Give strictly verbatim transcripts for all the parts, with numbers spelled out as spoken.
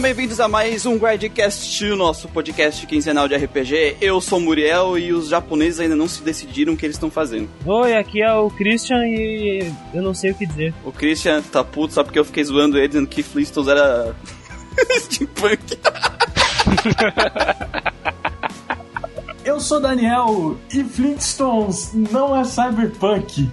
bem-vindos a mais um Grindcast, o nosso podcast quinzenal de R P G. Eu sou o Muriel e os japoneses ainda não se decidiram o que eles estão fazendo. Oi, aqui é o Christian e eu não sei o que dizer. O Christian tá puto só porque eu fiquei zoando ele dizendo que Flintstones era steampunk. Eu sou Daniel e Flintstones não é cyberpunk.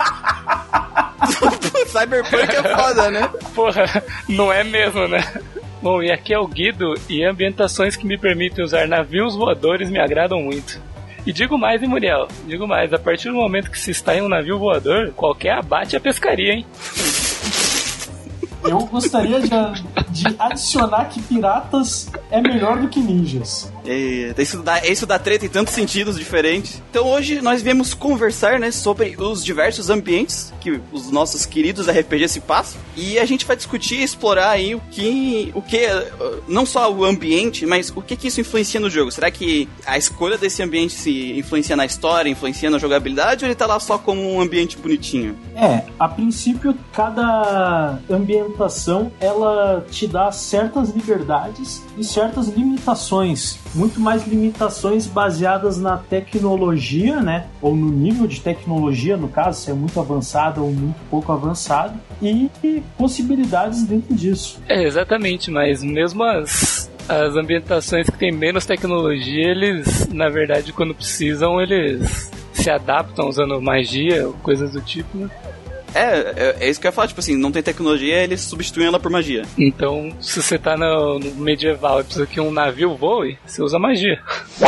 Cyberpunk é foda, né? Porra, não é mesmo, né? Bom, e aqui é o Guido, e ambientações que me permitem usar navios voadores me agradam muito. E digo mais, hein, Muriel? Digo mais, a partir do momento que se está em um navio voador, qualquer abate é pescaria, hein? Eu gostaria de, de adicionar que piratas é melhor do que ninjas. É, isso, dá, isso dá treta em tantos sentidos diferentes. Então hoje nós viemos conversar, né, sobre os diversos ambientes que os nossos queridos R P G se passam. E a gente vai discutir e explorar aí o que, o que, não só o ambiente, mas o que, que isso influencia no jogo. Será que a escolha desse ambiente se influencia na história, influencia na jogabilidade, ou ele tá lá só como um ambiente bonitinho? É, a princípio cada ambientação ela te dá certas liberdades e certas limitações. Muito mais limitações baseadas na tecnologia, né? Ou no nível de tecnologia, no caso, se é muito avançado ou muito pouco avançado, e possibilidades dentro disso. É, exatamente, mas mesmo as, as ambientações que têm menos tecnologia, eles, na verdade, quando precisam, eles se adaptam usando magia, coisas do tipo, né? É, é, é isso que eu ia falar, tipo assim, não tem tecnologia, eles substituem ela por magia. Então, se você tá no, no medieval e precisa que um navio voe, você usa magia.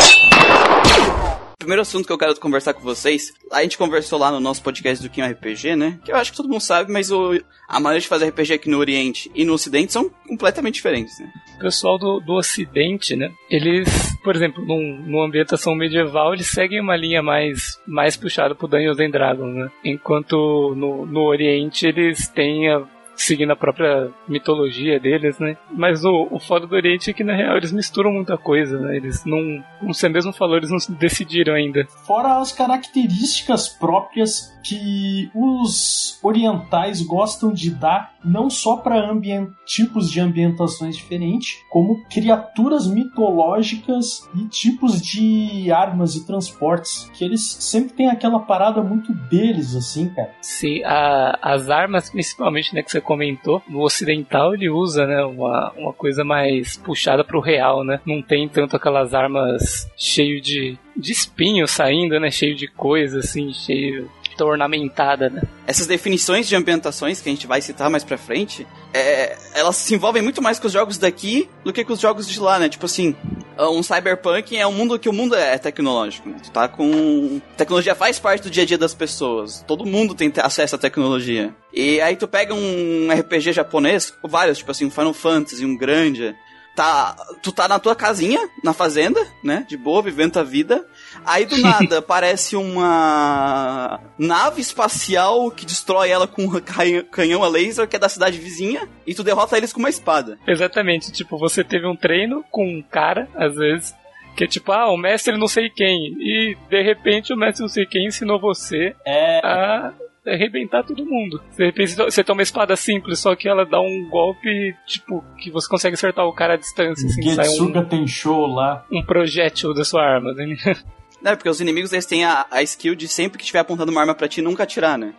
O primeiro assunto que eu quero conversar com vocês, a gente conversou lá no nosso podcast do Kim R P G, né? Que eu acho que todo mundo sabe, mas o, a maneira de fazer R P G aqui no Oriente e no Ocidente são completamente diferentes, né? O pessoal do, do Ocidente, né? Eles, por exemplo, num, numa ambientação medieval, eles seguem uma linha mais, mais puxada pro Dungeons and Dragons, né? Enquanto no, no Oriente eles têm a seguindo a própria mitologia deles, né? Mas o, o foda do Oriente é que, na real, eles misturam muita coisa, né? Eles não... Como você mesmo falou, eles não se decidiram ainda. Fora as características próprias que os orientais gostam de dar, não só para ambient... tipos de ambientações diferentes, como criaturas mitológicas e tipos de armas e transportes, que eles sempre têm aquela parada muito deles, assim, cara. Sim, a, as armas, principalmente, né, que você comentou, no ocidental ele usa, né, uma, uma coisa mais puxada pro real, né? Não tem tanto aquelas armas cheio de, de espinho saindo, né? Cheio de coisa, assim, cheio... ornamentada, né? Essas definições de ambientações que a gente vai citar mais pra frente, é, elas se envolvem muito mais com os jogos daqui do que com os jogos de lá, né? Tipo assim, um cyberpunk é um mundo que o mundo é tecnológico, né? Tu tá com... Tecnologia faz parte do dia a dia das pessoas. Todo mundo tem acesso à tecnologia. E aí tu pega um R P G japonês, vários, tipo assim, um Final Fantasy, um Grandia... Tá, tu tá na tua casinha, na fazenda, né? De boa, vivendo a vida. Aí do nada aparece uma nave espacial que destrói ela com um canhão a laser que é da cidade vizinha e tu derrota eles com uma espada. Exatamente, tipo, você teve um treino com um cara, às vezes, que é tipo, ah, o mestre não sei quem. E de repente o mestre não sei quem ensinou você é... a... arrebentar todo mundo. De repente você tem uma espada simples, só que ela dá um golpe, tipo, que você consegue acertar o cara à distância. Assim, Getsuga um, Tenshou lá. Um projétil da sua arma, né? Não, porque os inimigos eles têm a, a skill de sempre que estiver apontando uma arma pra ti, nunca atirar, né?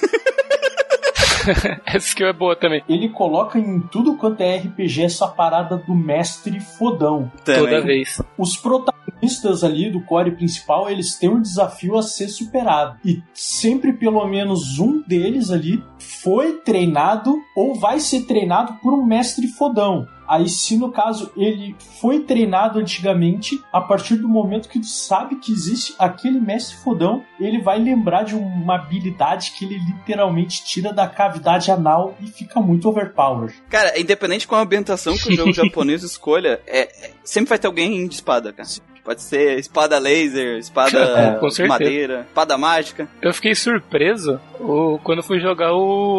Essa skill é boa também. Ele coloca em tudo quanto é R P G essa parada do mestre fodão. Também. Toda vez. Os protagonistas ali do core principal, eles têm um desafio a ser superado. E sempre pelo menos um deles ali foi treinado ou vai ser treinado por um mestre fodão. Aí, se no caso ele foi treinado antigamente, a partir do momento que tu sabe que existe aquele mestre fodão, ele vai lembrar de uma habilidade que ele literalmente tira da cavidade anal e fica muito overpowered. Cara, independente com a ambientação que o jogo japonês escolha, é, é, sempre vai ter alguém de espada, cara. Pode ser espada laser, espada É, com certeza. madeira, espada mágica. Eu fiquei surpreso o, quando fui jogar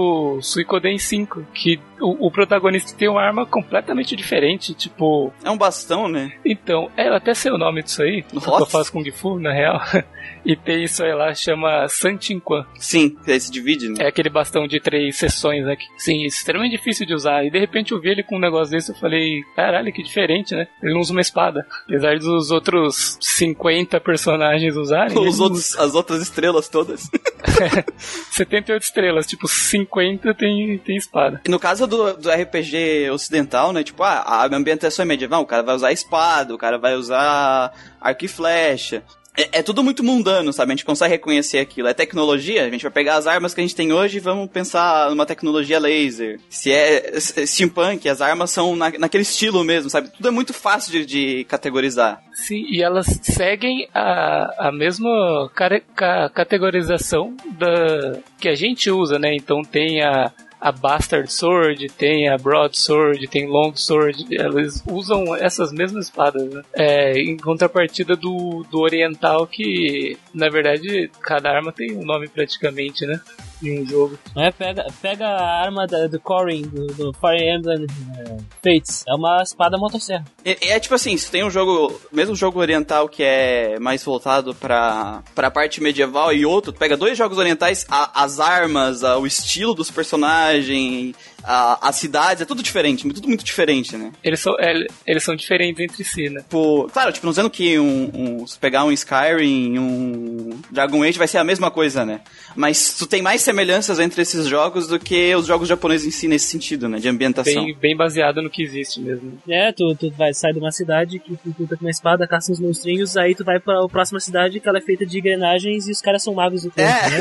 o Suikoden cinco, que o, o protagonista tem uma arma completamente diferente, tipo... É um bastão, né? Então, é, eu até sei o nome disso aí, que eu faço Kung Fu, na real. E tem isso aí lá, chama Santinquan. Sim, que aí se divide, né? É aquele bastão de três seções, né? Que, sim, extremamente difícil de usar. E de repente eu vi ele com um negócio desse, eu falei, caralho, que diferente, né? Ele não usa uma espada. Apesar dos outros cinquenta personagens usarem. Os outros, as outras estrelas todas. setenta e oito estrelas, tipo, cinquenta tem, tem espada. E no caso do, do R P G ocidental, né? Tipo, ah, a ambientação é medieval, o cara vai usar espada, o cara vai usar arco e flecha. É, é tudo muito mundano, sabe? A gente consegue reconhecer aquilo. É tecnologia, a gente vai pegar as armas que a gente tem hoje e vamos pensar numa tecnologia laser. Se é, é steampunk, as armas são na, naquele estilo mesmo, sabe? Tudo é muito fácil de, de categorizar. Sim, e elas seguem a, a mesma care, ca, categorização da, que a gente usa, né? Então tem a... a Bastard Sword, tem a Broadsword, tem Long Sword, elas usam essas mesmas espadas, né? É, em contrapartida do, do oriental, que na verdade cada arma tem um nome praticamente, né? Em um jogo. É, pega, pega a arma da, do Corrin, do, do Fire Emblem é, Fates, é uma espada motosserra. É, é tipo assim, se tem um jogo, mesmo jogo oriental que é mais voltado pra, pra parte medieval e outro, tu pega dois jogos orientais, a, as armas, a, o estilo dos personagens, a, as cidades, é tudo diferente, tudo muito diferente, né? Eles são, é, eles são diferentes entre si, né? Tipo, claro, tipo, não dizendo que um, um, se pegar um Skyrim, um Dragon Age vai ser a mesma coisa, né? Mas tu tem mais semelhanças entre esses jogos do que os jogos japoneses em si, nesse sentido, né? De ambientação. Bem, bem baseado no que existe mesmo. É, tu, tu vai sair de uma cidade que tu luta com uma espada, caça uns monstrinhos, aí tu vai pra próxima cidade que ela é feita de engrenagens e os caras são magos do tempo, é. né?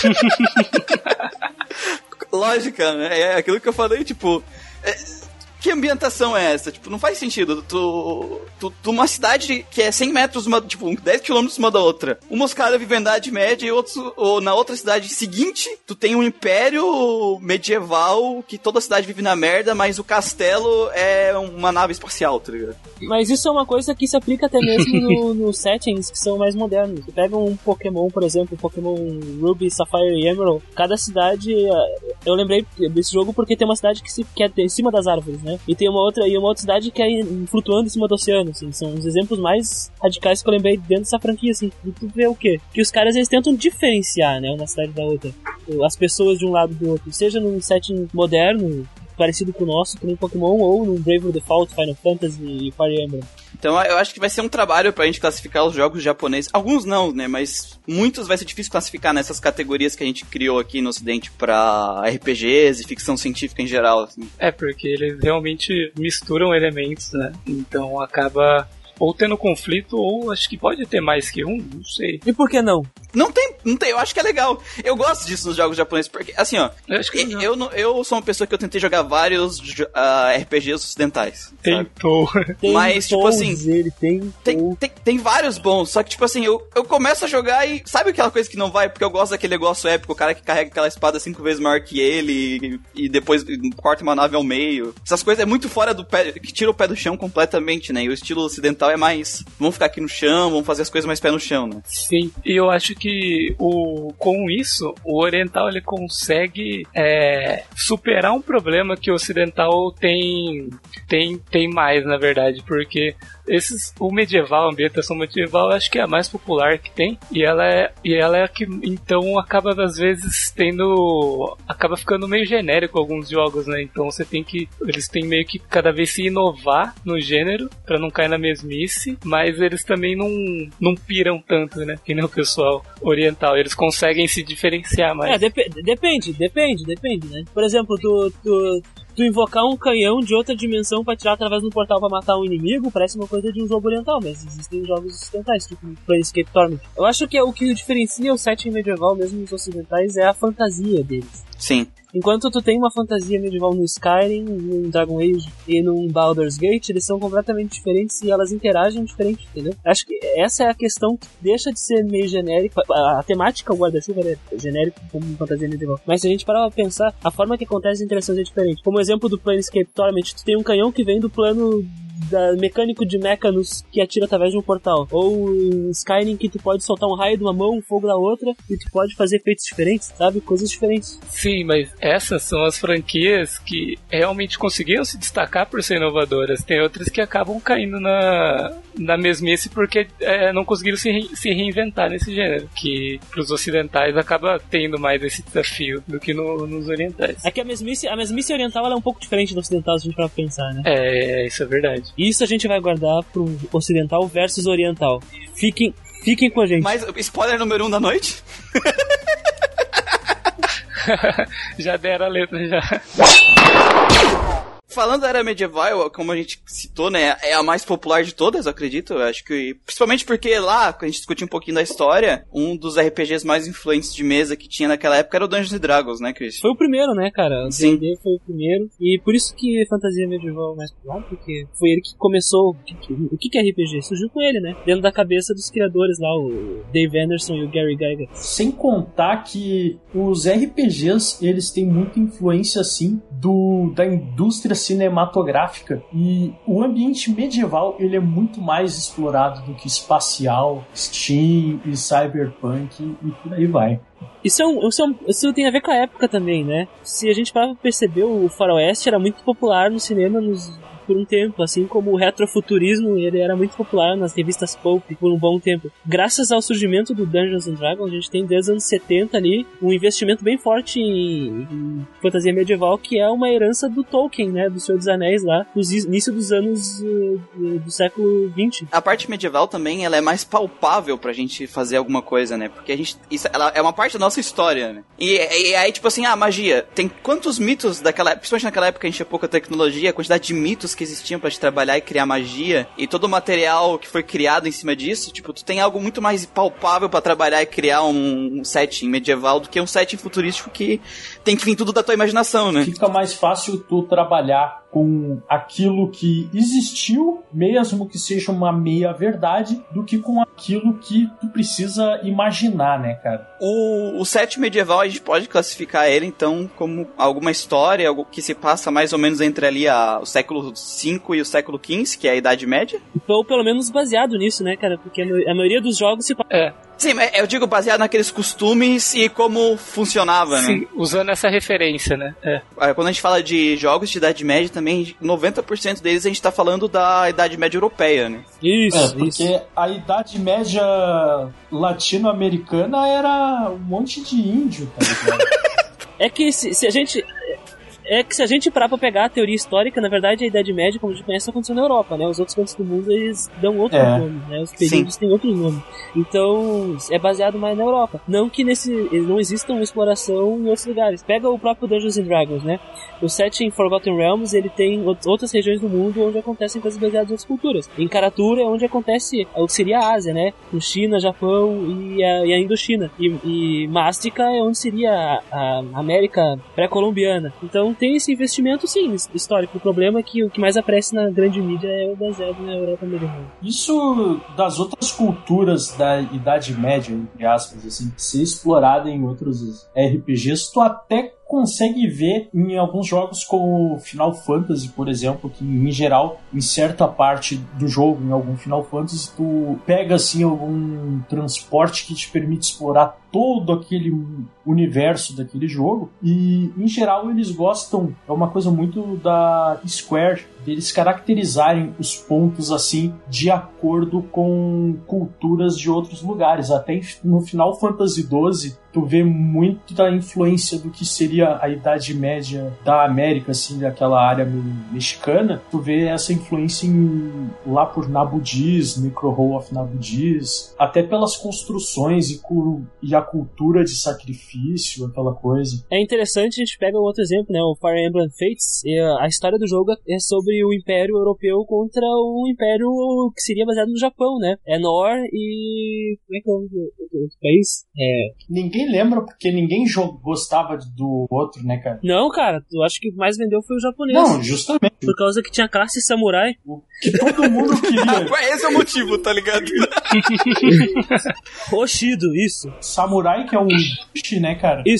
Lógica, né? É aquilo que eu falei, tipo... É... Que ambientação é essa? Tipo, não faz sentido. Tu, tu, tu uma cidade que é cem metros, uma, tipo, dez quilômetros uma da outra. Umas caras vivem na Idade Média e outros, ou na outra cidade seguinte, tu tem um império medieval que toda a cidade vive na merda, mas o castelo é uma nave espacial, tá ligado? Mas isso é uma coisa que se aplica até mesmo nos no settings que são mais modernos. Tu pega um Pokémon, por exemplo, Pokémon Ruby, Sapphire e Emerald. Cada cidade... Eu lembrei desse jogo porque tem uma cidade que, se, que é em cima das árvores, né? E tem uma outra, e uma outra cidade que é flutuando em cima do oceano, assim. São os exemplos mais radicais que eu lembrei dentro dessa franquia, assim. E tu vê o quê? Que os caras, eles tentam diferenciar, né? Uma cidade da outra. As pessoas de um lado do outro. Seja num setting moderno, parecido com o nosso, que nem Pokémon, ou num Bravely Default, Final Fantasy e Fire Emblem. Então eu acho que vai ser um trabalho pra gente classificar os jogos japoneses. Alguns não, né? Mas muitos vai ser difícil classificar nessas categorias que a gente criou aqui no Ocidente pra R P Gs e ficção científica em geral, assim. É, porque eles realmente misturam elementos, né? Então acaba... ou tendo conflito, ou acho que pode ter mais que um, não sei. E por que não? Não tem, não tem, eu acho que é legal. Eu gosto disso nos jogos japoneses, porque, assim, ó, eu, acho que eu, eu, eu sou uma pessoa que eu tentei jogar vários uh, R P Gs ocidentais. Tentou. Mas, tipo assim, ele tem, tem, tem, tem vários bons, só que, tipo assim, eu, eu começo a jogar e sabe aquela coisa que não vai? Porque eu gosto daquele negócio épico, o cara que carrega aquela espada cinco vezes maior que ele e, e depois corta uma nave ao meio. Essas coisas é muito fora do pé, que tira o pé do chão completamente, né? E o estilo ocidental é mais, vamos ficar aqui no chão, vamos fazer as coisas mais pé no chão, né? Sim, e eu acho que o com isso, o oriental ele consegue é, superar um problema que o ocidental tem, tem, tem mais, na verdade, porque esses, o medieval, a ambientação medieval, eu acho que é a mais popular que tem, e ela é, e ela é a que, então, acaba, às vezes, tendo, acaba ficando meio genérico alguns jogos, né, então você tem que, eles têm meio que cada vez se inovar no gênero, pra não cair na mesmice, mas eles também não, não piram tanto, né, que nem o pessoal oriental, eles conseguem se diferenciar mais. É, dep- depende, depende, depende, né, por exemplo, tu... tu... Tu invocar um canhão de outra dimensão pra tirar através do portal pra matar um inimigo parece uma coisa de um jogo oriental, mas existem jogos ocidentais, tipo Planescape Torment. Eu acho que o que diferencia o setting medieval mesmo nos ocidentais é a fantasia deles. Sim. Enquanto tu tem uma fantasia medieval no Skyrim, no Dragon Age e no Baldur's Gate, eles são completamente diferentes e elas interagem diferente, entendeu? Acho que essa é a questão que deixa de ser meio genérica. A, a temática, o guarda-chuva é genérico como fantasia medieval. Mas se a gente parar pra pensar, a forma que acontece as interações é diferente. Como exemplo do Planescape Torment, tu tem um canhão que vem do plano da mecânico de Mechanus que atira através de um portal. Ou em Skyrim que tu pode soltar um raio de uma mão, um fogo da outra, e tu pode fazer efeitos diferentes, sabe? Coisas diferentes. Sim, mas essas são as franquias que realmente conseguiram se destacar por ser inovadoras. Tem outras que acabam caindo na, na mesmice porque é, não conseguiram se, re, se reinventar nesse gênero, que pros ocidentais acaba tendo mais esse desafio do que no, nos orientais. É que a mesmice, a mesmice oriental ela é um pouco diferente do ocidental, se a gente vai pensar, né? É, isso é verdade. Isso a gente vai guardar pro ocidental versus oriental. Fiquem, fiquem com a gente. Mas spoiler número um da noite? Já deram a letra, já. Falando da era medieval, como a gente citou, né, é a mais popular de todas, eu acredito, eu acho que, principalmente porque lá, quando a gente discutiu um pouquinho da história, um dos R P Gs mais influentes de mesa que tinha naquela época era o Dungeons and Dragons, né, Chris? Foi o primeiro, né, cara? O Sim. D and D foi o primeiro, e por isso que fantasia medieval é mais popular, porque foi ele que começou, o que, o que é R P G? Surgiu com ele, né, dentro da cabeça dos criadores lá, o Dave Anderson e o Gary Gygax. Sem contar que os R P Gs, eles têm muita influência, assim, do, da indústria cinematográfica, e o ambiente medieval ele é muito mais explorado do que espacial, Steam e Cyberpunk e por aí vai. Isso, é um, isso, é um, isso tem a ver com a época também, né? Se a gente parar pra perceber, o faroeste era muito popular no cinema nos, por um tempo, assim como o retrofuturismo, ele era muito popular nas revistas pulp por um bom tempo. Graças ao surgimento do Dungeons and Dragons, a gente tem desde os anos setenta ali um investimento bem forte em, em fantasia medieval, que é uma herança do Tolkien, né? Do Senhor dos Anéis lá, no início dos anos uh, do, do século vinte. A parte medieval também, ela é mais palpável pra gente fazer alguma coisa, né? Porque a gente, isso, ela é uma parte da nossa história, né? E, e aí, tipo assim, a magia, tem quantos mitos daquela época, principalmente naquela época que a gente tinha pouca tecnologia, a quantidade de mitos que existiam pra te trabalhar e criar magia, e todo o material que foi criado em cima disso, tipo, tu tem algo muito mais palpável pra trabalhar e criar um, um setting medieval do que um setting futurístico que tem que vir tudo da tua imaginação, né? Fica mais fácil tu trabalhar com aquilo que existiu, mesmo que seja uma meia-verdade, do que com aquilo que tu precisa imaginar, né, cara? O, o set medieval, a gente pode classificar ele, então, como alguma história, algo que se passa mais ou menos entre ali a, o século cinco e o século quinze, que é a Idade Média. Ou pelo menos baseado nisso, né, cara? Porque a maioria dos jogos se... É. Sim, eu digo baseado naqueles costumes e como funcionava, né? Sim, usando essa referência, né? É. Quando a gente fala de jogos de Idade Média também, noventa por cento deles a gente tá falando da Idade Média Europeia, né? Isso, é, porque isso. A Idade Média latino-americana era um monte de índio, tá ligado? É que se, se a gente... É que se a gente parar pra pegar a teoria histórica, na verdade a Idade Média, como a gente conhece, aconteceu na Europa, né? Os outros cantos do mundo, eles dão outro é. nome, né? Os períodos têm outro nome. Então, é baseado mais na Europa. Não que nesse, não exista uma exploração em outros lugares. Pega o próprio Dungeons and Dragons, né? O setting Forgotten Realms, ele tem outras regiões do mundo onde acontecem coisas baseadas em outras culturas. Em Karatura é onde acontece o que seria a Ásia, né? Com China, Japão e a, e a Indochina. E, e Mástica é onde seria a, a América pré-colombiana. Então tem esse investimento, sim, histórico. O problema é que o que mais aparece na grande mídia é o baseado na Europa medieval. Isso das outras culturas da Idade Média, entre aspas, assim, ser explorada em outros R P Gs, tu até consegue ver em alguns jogos como Final Fantasy, por exemplo, que em geral, em certa parte do jogo, em algum Final Fantasy, tu pega assim algum transporte que te permite explorar todo aquele universo daquele jogo, e em geral eles gostam, é uma coisa muito da Square, deles caracterizarem os pontos assim de acordo com culturas de outros lugares. Até no Final Fantasy doze tu vê muito da influência do que seria a Idade Média da América, assim, daquela área mexicana. Tu vê essa influência em, lá por Nabudis, Necrohole of Nabudis, até pelas construções e, e a cultura de sacrifício, aquela coisa. É interessante, a gente pega um outro exemplo, né, o Fire Emblem Fates, e a história do jogo é sobre o Império Europeu contra o Império que seria baseado no Japão, né? É Nor e... como é que é o outro país? É... Ninguém lembra porque ninguém gostava do outro, né, cara? Não, cara, eu acho que o que mais vendeu foi o japonês. Não, justamente. Por causa que tinha classe samurai. Que todo mundo queria. Esse é o motivo, tá ligado? Hoshido, isso. Samurai, que é um bushi, né, cara? Isso.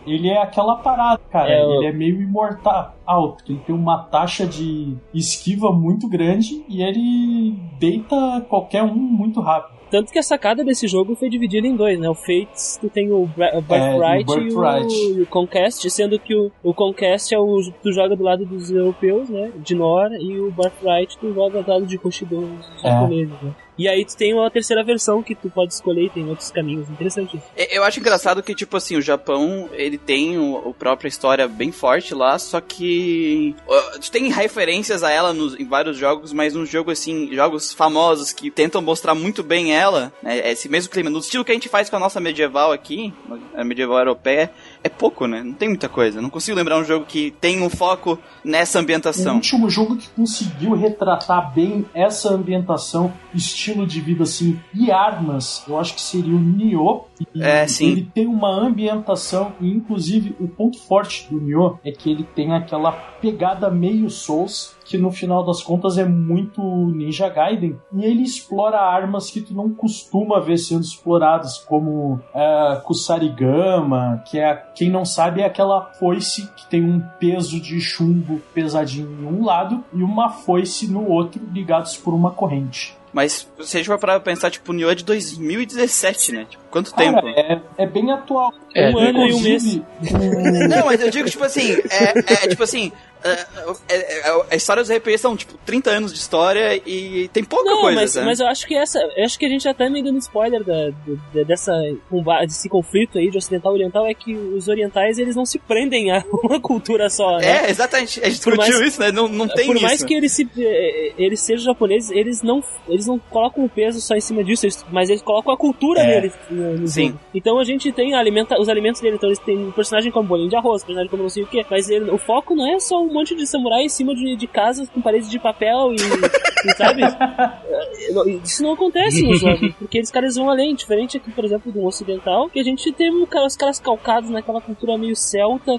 ele é aquela parada, cara. É, ele eu... é meio imortal, alto. Ele tem uma taxa de esquiva muito grande e ele deita qualquer um muito rápido. Tanto que a sacada desse jogo foi dividida em dois, né? O Fates, tu tem o Birthright é, e, o, e o Conquest, sendo que o, o Conquest é o tu joga do lado dos europeus, né? De Nora, e o Birthright tu joga do lado de Hoshido, dos japoneses, né? E aí tu tem uma terceira versão que tu pode escolher e tem outros caminhos. Interessante isso. Eu acho engraçado que, tipo assim, o Japão, ele tem o, o própria história bem forte lá, só que uh, tu tem referências a ela nos, em vários jogos, mas uns jogos assim, jogos famosos que tentam mostrar muito bem ela, né, esse mesmo clima, no estilo que a gente faz com a nossa medieval aqui, a medieval europeia, é pouco, né? Não tem muita coisa. Não consigo lembrar um jogo que tem um foco nessa ambientação. O último jogo que conseguiu retratar bem essa ambientação, estilo de vida assim, e armas, eu acho que seria o Nioh. É, sim. Ele tem uma ambientação, e inclusive o ponto forte do Nioh é que ele tem aquela pegada meio Souls, que no final das contas é muito Ninja Gaiden, e ele explora armas que tu não costuma ver sendo exploradas, como é, Kusarigama, que é, quem não sabe, é aquela foice que tem um peso de chumbo pesadinho em um lado e uma foice no outro, ligados por uma corrente. Mas se a gente for parar pra pensar, tipo, o Nioh é de dois mil e dezessete, né? Tipo, quanto Cara, tempo? É, é bem atual. É, um ano e um mês. Não, mas eu digo, tipo assim, é, é tipo assim, é, é, a história dos R P Gs são, tipo, trinta anos de história e tem pouca não, coisa, mas, né? mas eu acho que essa, eu acho que a gente já tá meio dando spoiler da, da, dessa, desse conflito aí de ocidental e oriental, é que os orientais, eles não se prendem a uma cultura só, né? É, exatamente, a gente discutiu mais, isso, né? Não, não tem por isso. Por mais que eles, se, eles sejam japoneses, eles não, eles não colocam o peso só em cima disso, eles, mas eles colocam a cultura é. deles no, no Sim. jogo. Então a gente tem alimenta, os alimentos dele, então eles têm um personagem como bolinho de arroz, um personagem como não sei o que, mas ele, o foco não é só um monte de samurai em cima de, de casas com paredes de papel e, e sabe? Isso não acontece nos jogos, porque eles caras vão além, diferente aqui, por exemplo, do ocidental, que a gente tem os caras calcados naquela cultura meio celta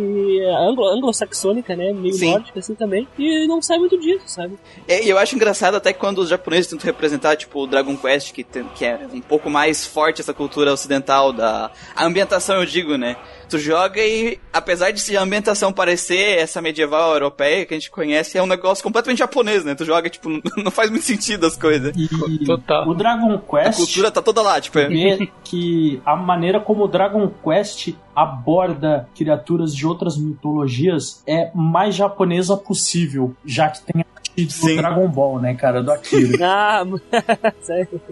e anglo, anglo-saxônica, né? Meio Sim. nórdica assim também, e não sai muito disso, sabe? É, e eu acho engraçado até quando os japoneses tentam representar, tipo, o Dragon Quest, que, tem, que é um pouco mais forte essa cultura ocidental, da a ambientação, eu digo, né? Tu joga e, apesar de a ambientação parecer essa medieval europeia que a gente conhece, é um negócio completamente japonês, né? Tu joga, tipo, não faz muito sentido as coisas. E Total. O Dragon Quest... A cultura tá toda lá, tipo... É... Vê que a maneira como o Dragon Quest aborda criaturas de outras mitologias é mais japonesa possível, já que tem do Dragon Ball, né, cara, do Akira. Ah, sério.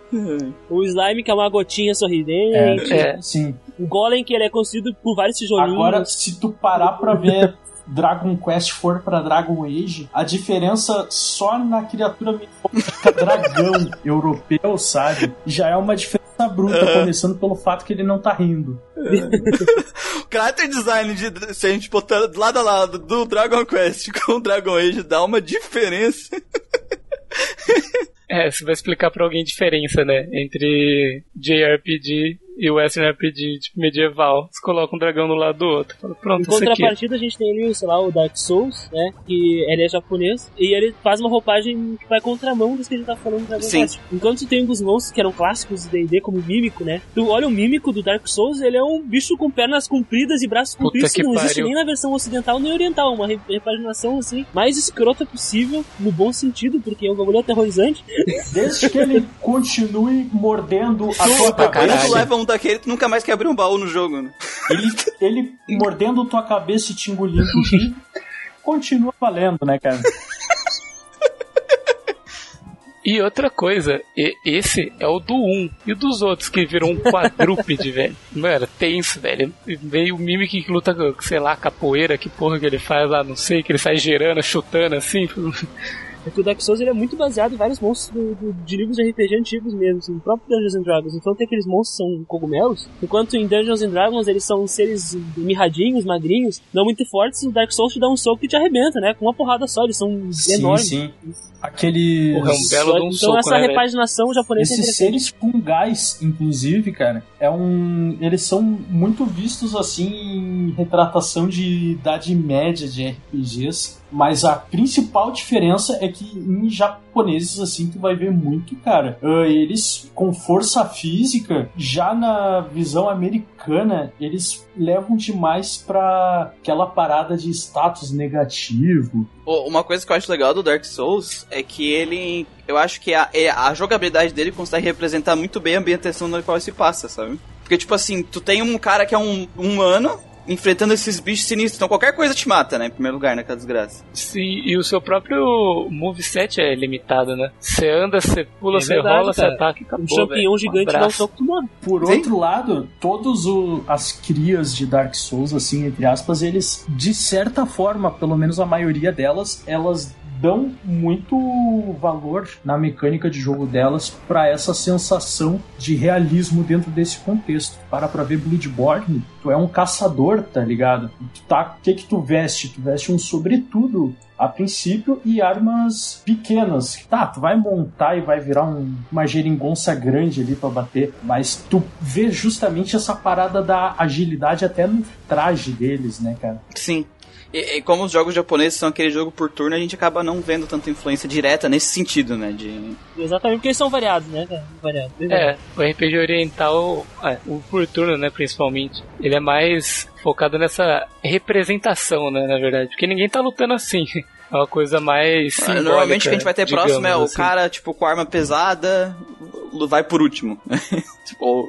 O Slime, que é uma gotinha sorridente. É, é, sim. O Golem, que ele é construído por vários tijolinhos. Agora, se tu parar pra ver Dragon Quest for pra Dragon Age, a diferença só na criatura mitológica dragão europeu, sabe? Já é uma diferença bruta, uh-huh. começando pelo fato que ele não tá rindo. O character design, de, se a gente botar lado a lado do Dragon Quest com o Dragon Age, dá uma diferença. É, você vai explicar pra alguém a diferença, né? Entre J R P G e o Western R P G tipo, medieval. Você coloca um dragão do lado do outro. Fala, pronto, em contrapartida, a gente tem ali, sei lá, o Dark Souls, né? Que ele é japonês. E ele faz uma roupagem que vai contramão dos que a gente tá falando do Dragon Quest. Enquanto tu tem alguns monstros que eram clássicos do D e D, como o Mímico, né? Tu olha o Mímico do Dark Souls, ele é um bicho com pernas compridas e braços compridos que não pariu. Existe nem na versão ocidental nem oriental. Uma repaginação, assim, mais escrota possível, no bom sentido, porque é um bagulho aterrorizante. Desde que ele continue mordendo a tua cabeça. Quando tu leva um daquele, tu nunca mais quer abrir um baú no jogo, né? Ele, ele mordendo tua cabeça e te engolindo, continua valendo, né, cara? E outra coisa, esse é o do um. E o dos outros que viram um quadrúpede, velho. Mano, tenso, velho. Veio o Mimic que luta, sei lá, capoeira, que porra que ele faz lá, não sei, que ele sai girando, chutando assim. É que o Dark Souls ele é muito baseado em vários monstros do, do, de livros de R P G antigos mesmo, assim, o próprio Dungeons and Dragons. Então tem aqueles monstros que são cogumelos, enquanto em Dungeons and Dragons eles são seres mirradinhos, magrinhos, não muito fortes. O Dark Souls te dá um soco e te arrebenta, né? Com uma porrada só, eles são sim, enormes. Sim, Aquele... Porra, é um belo de um então soco, essa né, repaginação japonesa esses é seres fungais, inclusive, cara, é um... eles são muito vistos assim em retratação de idade média de R P Gs, mas a principal diferença é é que em japoneses, assim, tu vai ver muito, cara, uh, eles com força física, já na visão americana, eles levam demais pra aquela parada de status negativo. Uma coisa que eu acho legal do Dark Souls é que ele, eu acho que a, a jogabilidade dele consegue representar muito bem a ambientação na qual se passa, sabe? Porque, tipo assim, tu tem um cara que é um humano enfrentando esses bichos sinistros, então qualquer coisa te mata, né, em primeiro lugar, naquela desgraça. Sim, e o seu próprio moveset é limitado, né? Você anda, você pula, você é rola, você ataca e acabou. Um champignon gigante dá um soco tu morre. Por Sim. outro lado, todos o, as crias de Dark Souls, assim, entre aspas, eles, de certa forma, pelo menos a maioria delas, elas dão muito valor na mecânica de jogo delas para essa sensação de realismo dentro desse contexto. Para pra ver Bloodborne, tu é um caçador, tá ligado? Tu tá, o que que tu veste? Tu veste um sobretudo a princípio e armas pequenas. Tá, tu vai montar e vai virar um, uma geringonça grande ali pra bater, mas tu vê justamente essa parada da agilidade até no traje deles, né, cara? Sim. E, e como os jogos japoneses são aquele jogo por turno, a gente acaba não vendo tanta influência direta nesse sentido, né? De... Exatamente, porque eles são variados, né? Variados. É, o R P G oriental, é, o por turno, né, principalmente, ele é mais focado nessa representação, né, na verdade. Porque ninguém tá lutando assim. É uma coisa mais simbólica. Normalmente o que a gente vai ter digamos, próximo é o assim. cara, tipo, com arma pesada, vai por último. Tipo,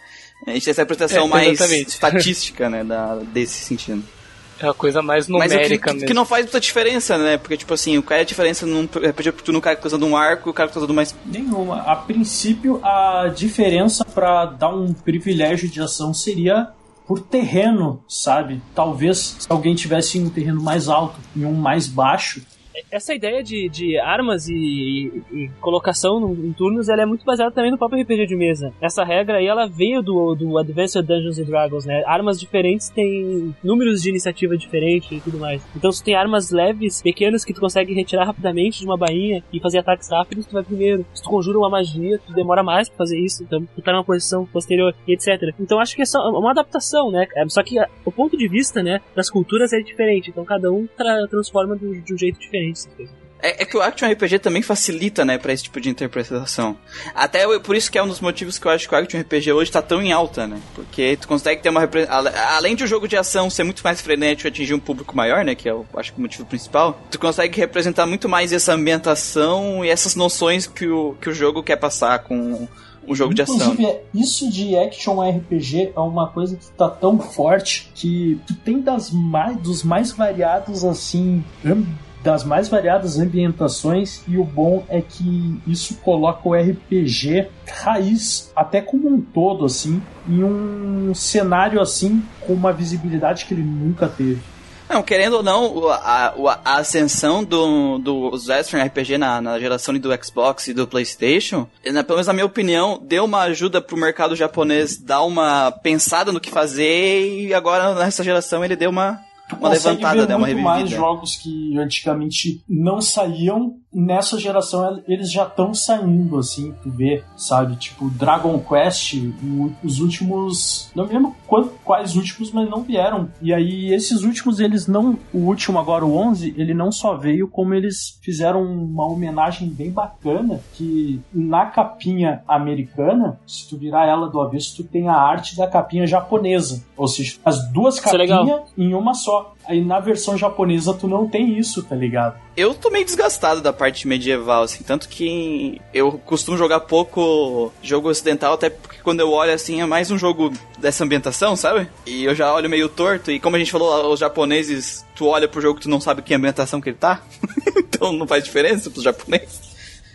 a gente tem essa interpretação é, mais estatística, né, da, desse sentido. É uma coisa mais numérica Mas o que, mesmo. que não faz muita diferença, né? Porque, tipo assim, o cara é a diferença num R P G porque tu no cara que tá usando um arco e o cara que tá usando mais... Nenhuma. A princípio, a diferença pra dar um privilégio de ação seria por terreno, sabe? Talvez se alguém tivesse em um terreno mais alto e um mais baixo. Essa ideia de, de armas e, e, e colocação no, em turnos, ela é muito baseada também no próprio R P G de mesa. Essa regra aí, ela veio do, do Advanced Dungeons and Dragons, né? Armas diferentes têm números de iniciativa diferentes e tudo mais. Então, se tu tem armas leves, pequenas, que tu consegue retirar rapidamente de uma bainha e fazer ataques rápidos, tu vai primeiro. Se tu conjura uma magia, tu demora mais pra fazer isso, então tu tá numa posição posterior, e etcétera. Então, acho que é só uma adaptação, né? Só que o ponto de vista, né, das culturas é diferente. Então, cada um tra- transforma de, de um jeito diferente. É, é que o Action R P G também facilita, né, pra esse tipo de interpretação. Até eu, por isso que é um dos motivos que eu acho que o Action R P G hoje tá tão em alta, né? Porque tu consegue ter uma... Repre... Além de o jogo de ação ser muito mais frenético e atingir um público maior, né, que é o, acho que o motivo principal, tu consegue representar muito mais essa ambientação e essas noções que o, que o jogo quer passar com... um jogo Inclusive, de ação. Inclusive, isso de action R P G é uma coisa que tá tão forte que tu tem das mais, dos mais variados, assim, das mais variadas ambientações, e o bom é que isso coloca o R P G raiz, até como um todo, assim, em um cenário, assim, com uma visibilidade que ele nunca teve. Não, querendo ou não, a, a, a ascensão do, do Western R P G na, na geração do Xbox e do PlayStation, na, pelo menos na minha opinião, deu uma ajuda pro mercado japonês dar uma pensada no que fazer, e agora nessa geração ele deu uma, uma levantada, deu uma revivida. Mais jogos que antigamente não saíam, nessa geração eles já estão saindo, assim, tu vê, sabe? Tipo, Dragon Quest, o, os últimos... Não me lembro qual, quais últimos, mas não vieram. E aí, esses últimos, eles não... O último agora, o onze, ele não só veio, como eles fizeram uma homenagem bem bacana, que na capinha americana, se tu virar ela do avesso, tu tem a arte da capinha japonesa. Ou seja, as duas capinhas em uma só. Aí na versão japonesa tu não tem isso, tá ligado? Eu tô meio desgastado da parte medieval, assim, tanto que eu costumo jogar pouco jogo ocidental, até porque quando eu olho, assim, é mais um jogo dessa ambientação, sabe? E eu já olho meio torto, e como a gente falou, os japoneses, tu olha pro jogo e tu não sabe que ambientação que ele tá, então não faz diferença pros japoneses.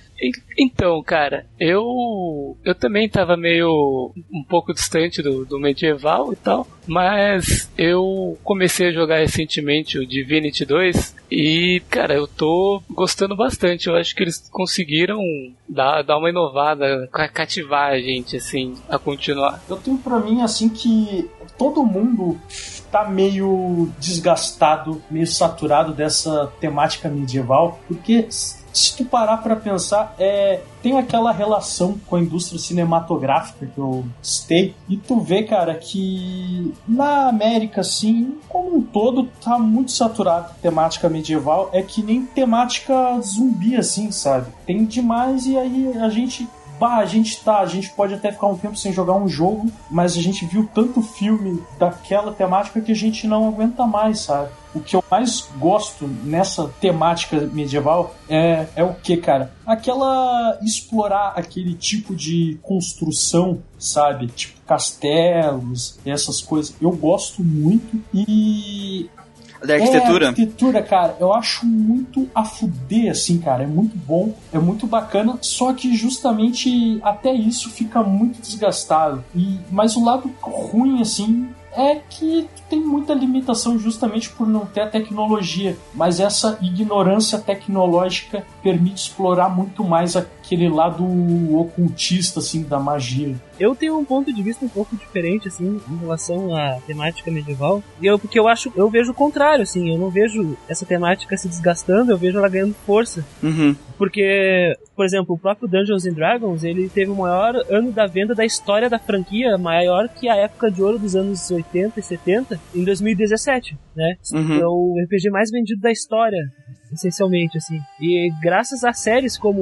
Então, cara, eu eu também tava meio um pouco distante do, do medieval e tal, mas eu comecei a jogar recentemente o Divinity dois e, cara, eu tô gostando bastante. Eu acho que eles conseguiram dar, dar uma inovada, cativar a gente, assim, a continuar. Eu tenho pra mim, assim, que todo mundo tá meio desgastado, meio saturado dessa temática medieval, porque se tu parar pra pensar, é, tem aquela relação com a indústria cinematográfica que eu citei, e tu vê, cara, que na América, assim, como um todo, tá muito saturado temática medieval, é que nem temática zumbi, assim, sabe? Tem demais e aí a gente... Bah, a gente tá, a gente pode até ficar um tempo sem jogar um jogo, mas a gente viu tanto filme daquela temática que a gente não aguenta mais, sabe? O que eu mais gosto nessa temática medieval é, é o que, cara? Aquela... explorar aquele tipo de construção, sabe? Tipo castelos, essas coisas. Eu gosto muito e... Da arquitetura? É, arquitetura, cara, eu acho muito a fuder, assim, cara. É muito bom, é muito bacana, só que justamente até isso fica muito desgastado. E, mas o lado ruim, assim, é que tem muita limitação justamente por não ter a tecnologia. Mas essa ignorância tecnológica permite explorar muito mais aquele lado ocultista, assim, da magia. Eu tenho um ponto de vista um pouco diferente, assim, em relação à temática medieval. E eu, porque eu acho, eu vejo o contrário, assim, eu não vejo essa temática se desgastando, eu vejo ela ganhando força. Uhum. Porque, por exemplo, o próprio Dungeons and Dragons, ele teve o maior ano da venda da história da franquia, maior que a época de ouro dos anos oitenta e setenta, em dois mil e dezessete, né? Uhum. É o R P G mais vendido da história, essencialmente, assim. E graças a séries como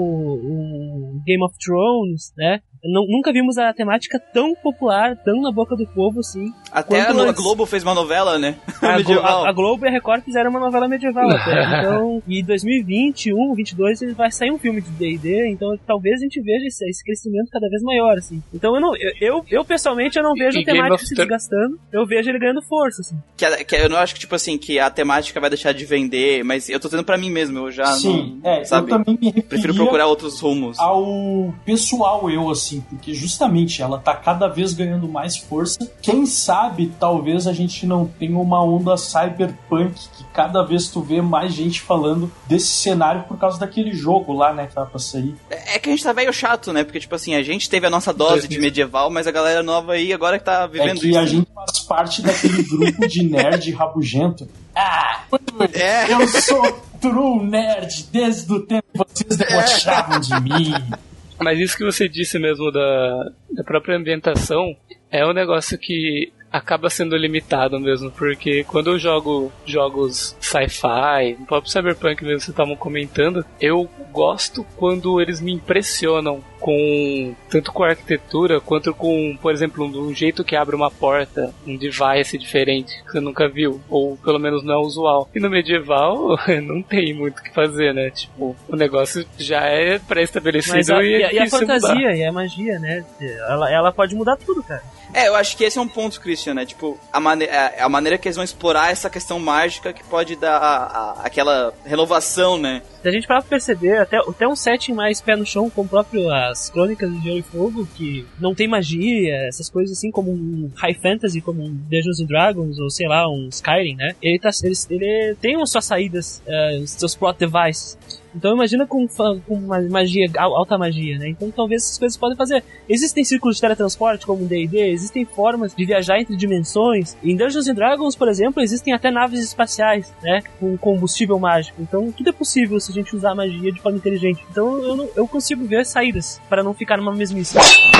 o Game of Thrones, né? Não, nunca vimos a temática tão popular, tão na boca do povo, assim. Até a, a Globo fez uma novela, né? A, medieval. A, a Globo e a Record fizeram uma novela medieval até. Então, e dois mil e vinte e um, vinte e dois, vai sair um filme de D e D, então talvez a gente veja esse, esse crescimento cada vez maior, assim. Então eu, não, eu, eu, eu pessoalmente, eu não vejo e a temática se desgastando, eu vejo ele ganhando força, assim. Que, que eu não acho que, tipo assim, que a temática vai deixar de vender, mas eu tô tendo pra mim mesmo, eu já Sim, não, é, sabe? eu também me prefiro procurar outros rumos. Ao pessoal eu, assim, porque justamente ela tá cada vez ganhando mais força. Quem sabe, talvez a gente não tenha uma onda cyberpunk, que cada vez tu vê mais gente falando desse cenário por causa daquele jogo lá, né, que tá pra sair. É, é que a gente tá velho chato, né? Porque, tipo assim, a gente teve a nossa dose de medieval, mas a galera nova aí agora que tá vivendo isso. É que isso, a né? gente faz parte daquele grupo de nerd rabugento. Ah, é. eu sou true nerd desde o tempo que vocês debochavam de mim. Mas isso que você disse mesmo da, da própria ambientação é um negócio que acaba sendo limitado mesmo, porque quando eu jogo jogos sci-fi, o próprio Cyberpunk mesmo, vocês estavam comentando, eu gosto quando eles me impressionam com tanto com a arquitetura quanto com, por exemplo, um, um jeito que abre uma porta, um device diferente que você nunca viu, ou pelo menos não é usual. E no medieval não tem muito o que fazer, né? Tipo, o negócio já é pré-estabelecido a, e, e, a, e a fantasia mudar. e a magia, né? Ela, ela pode mudar tudo, cara. É, eu acho que esse é um ponto, Christian, né? Tipo, a, mane- a maneira que eles vão explorar essa questão mágica que pode dar a, a, aquela renovação, né? Se a gente parar pra perceber, até, até um setting mais pé no chão, como próprio as Crônicas de Gelo e Fogo, que não tem magia, essas coisas assim, como um High Fantasy, como um Dungeons and Dragons, ou sei lá, um Skyrim, né? Ele, tá, ele, ele tem as suas saídas, uh, os seus plot devices. Então imagina com, com uma magia, alta magia, né? Então talvez essas coisas podem fazer. Existem círculos de teletransporte, como o D e D, existem formas de viajar entre dimensões. Em Dungeons and Dragons, por exemplo, existem até naves espaciais, né? Com combustível mágico. Então tudo é possível se a gente usar a magia de forma inteligente. Então eu, não, eu consigo ver saídas para não ficar numa mesmice.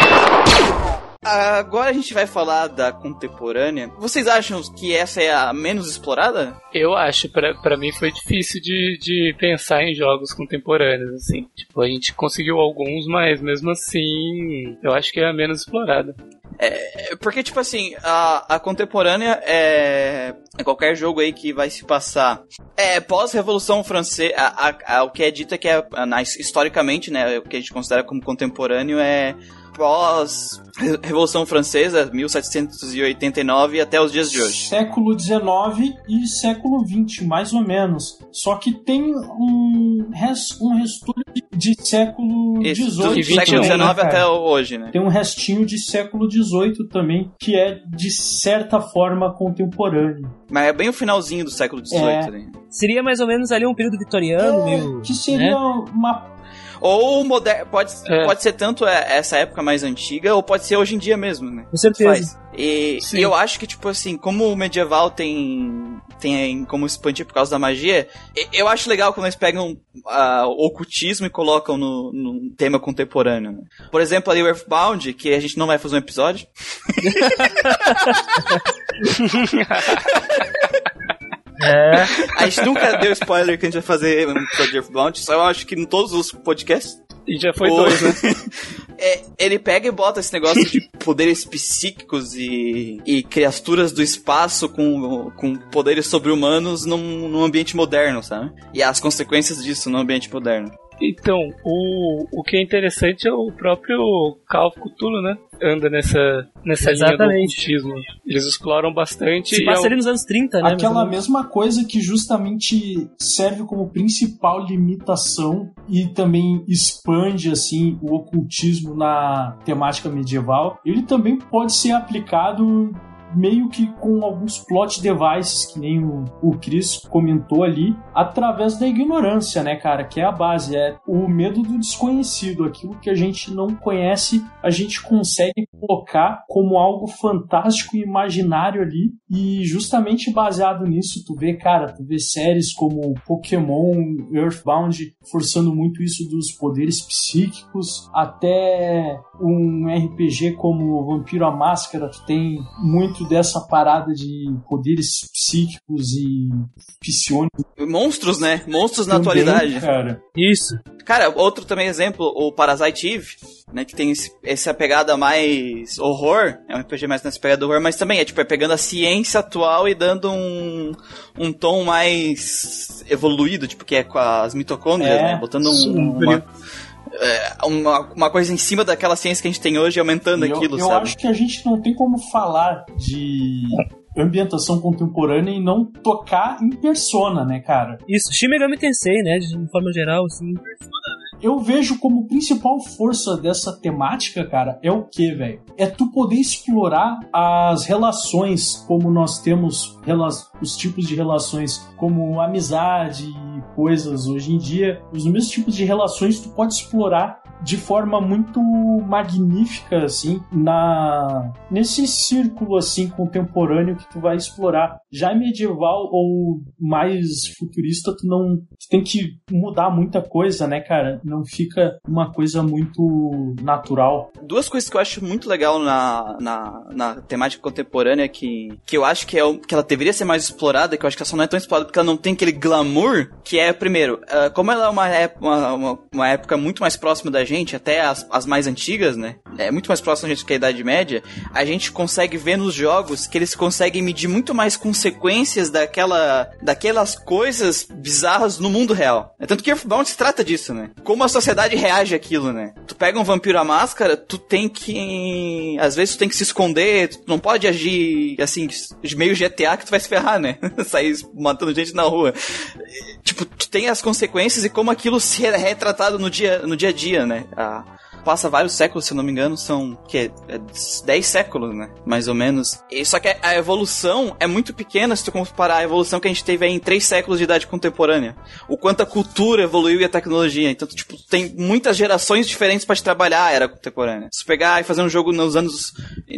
Agora a gente vai falar da contemporânea. Vocês acham que essa é a menos explorada? Eu acho, pra, pra mim foi difícil de, de pensar em jogos contemporâneos, assim. Tipo, a gente conseguiu alguns, mas mesmo assim, eu acho que é a menos explorada. É, porque, tipo assim, a, a contemporânea é, é qualquer jogo aí que vai se passar é pós-revolução francesa. A, a, a, o que é dito é que é, na, historicamente, né, o que a gente considera como contemporâneo é pós-revolução francesa, mil setecentos e oitenta e nove, até os dias de hoje. Século dezenove e século vinte, mais ou menos. Só que tem um, res, um restinho de século dezoito. Do século dezenove até hoje, né? Tem um restinho de século dezoito também, que é, de certa forma, contemporâneo. Mas é bem o finalzinho do século dezoito, é. né? Seria mais ou menos ali um período vitoriano, é, meio... que seria, né, uma... Ou moder- pode, É. pode ser tanto essa época mais antiga, ou pode ser hoje em dia mesmo, né? Com certeza. Faz. E, e eu acho que, tipo assim, como o medieval tem, tem como expandir por causa da magia, eu acho legal quando eles pegam uh, o ocultismo e colocam no, no tema contemporâneo, né? Por exemplo, ali o Earthbound, que a gente não vai fazer um episódio. É. A gente nunca deu spoiler que a gente vai fazer um episódio de Earthbound, só eu acho que em todos os podcasts. E já foi o... dois, né? É, ele pega e bota esse negócio de poderes psíquicos e, e criaturas do espaço com, com poderes sobre-humanos num, num ambiente moderno, sabe? E as consequências disso no ambiente moderno. Então, o, o que é interessante é o próprio Call of Cthulhu, né? Anda nessa, nessa linha do ocultismo. Eles exploram bastante. Se passa e é ali nos anos trinta, né? Aquela mesma coisa que justamente serve como principal limitação e também expande assim o ocultismo na temática medieval. Ele também pode ser aplicado meio que com alguns plot devices, que nem o, o Chris comentou ali, através da ignorância, né, cara? Que é a base, é o medo do desconhecido. Aquilo que a gente não conhece, a gente consegue colocar como algo fantástico e imaginário ali, e justamente baseado nisso, tu vê, cara, tu vê séries como Pokémon, Earthbound, forçando muito isso dos poderes psíquicos, até um R P G como Vampiro à Máscara, tu tem muito dessa parada de poderes psíquicos e psionicos. Monstros, né? Monstros na Também, atualidade. Cara. Isso. Cara, outro também exemplo, o Parasite Eve, né, que tem esse, essa pegada mais horror, é um R P G mais nessa pegada horror, mas também é tipo, é pegando a ciência atual e dando um, um tom mais evoluído, tipo, que é com as mitocôndrias, É, né, botando um, uma, é, uma, uma coisa em cima daquela ciência que a gente tem hoje e aumentando eu, aquilo, eu sabe? Eu acho que a gente não tem como falar de ambientação contemporânea e não tocar em Persona, né, cara? Isso, Shin Megami Tensei, né, de forma geral, assim. Eu vejo como principal força dessa temática, cara, é o que, velho? É tu poder explorar as relações, como nós temos rela- os tipos de relações, como amizade e coisas hoje em dia. Os mesmos tipos de relações tu pode explorar de forma muito magnífica, assim, na nesse círculo, assim, contemporâneo que tu vai explorar. Já medieval ou mais futurista, tu não... Tu tem que mudar muita coisa, né, cara? Não fica uma coisa muito natural. Duas coisas que eu acho muito legal na, na, na temática contemporânea que, que eu acho que, é o, que ela deveria ser mais explorada, que eu acho que ela só não é tão explorada porque ela não tem aquele glamour, que é, primeiro, uh, como ela é uma, uma, uma, uma época muito mais próxima da gente, até as, as mais antigas, né? É muito mais próxima da gente que a Idade Média, a gente consegue ver nos jogos que eles conseguem medir muito mais consequências daquela, daquelas coisas bizarras no mundo real. É tanto que Earthbound se trata disso, né? Como a sociedade reage àquilo, né? Tu pega um vampiro à máscara, tu tem que... Às vezes tu tem que se esconder, tu não pode agir, assim, meio G T A que tu vai se ferrar, né? Sair matando gente na rua. Tipo, tu tem as consequências e como aquilo se é retratado no dia, no dia a dia, né? A... Passa vários séculos, se eu não me engano, são que é dez séculos, né? Mais ou menos. E, só que a evolução é muito pequena se tu comparar a evolução que a gente teve aí em três séculos de idade contemporânea. O quanto a cultura evoluiu e a tecnologia. Então, tipo, tem muitas gerações diferentes pra te trabalhar a era contemporânea. Se tu pegar e fazer um jogo nos anos...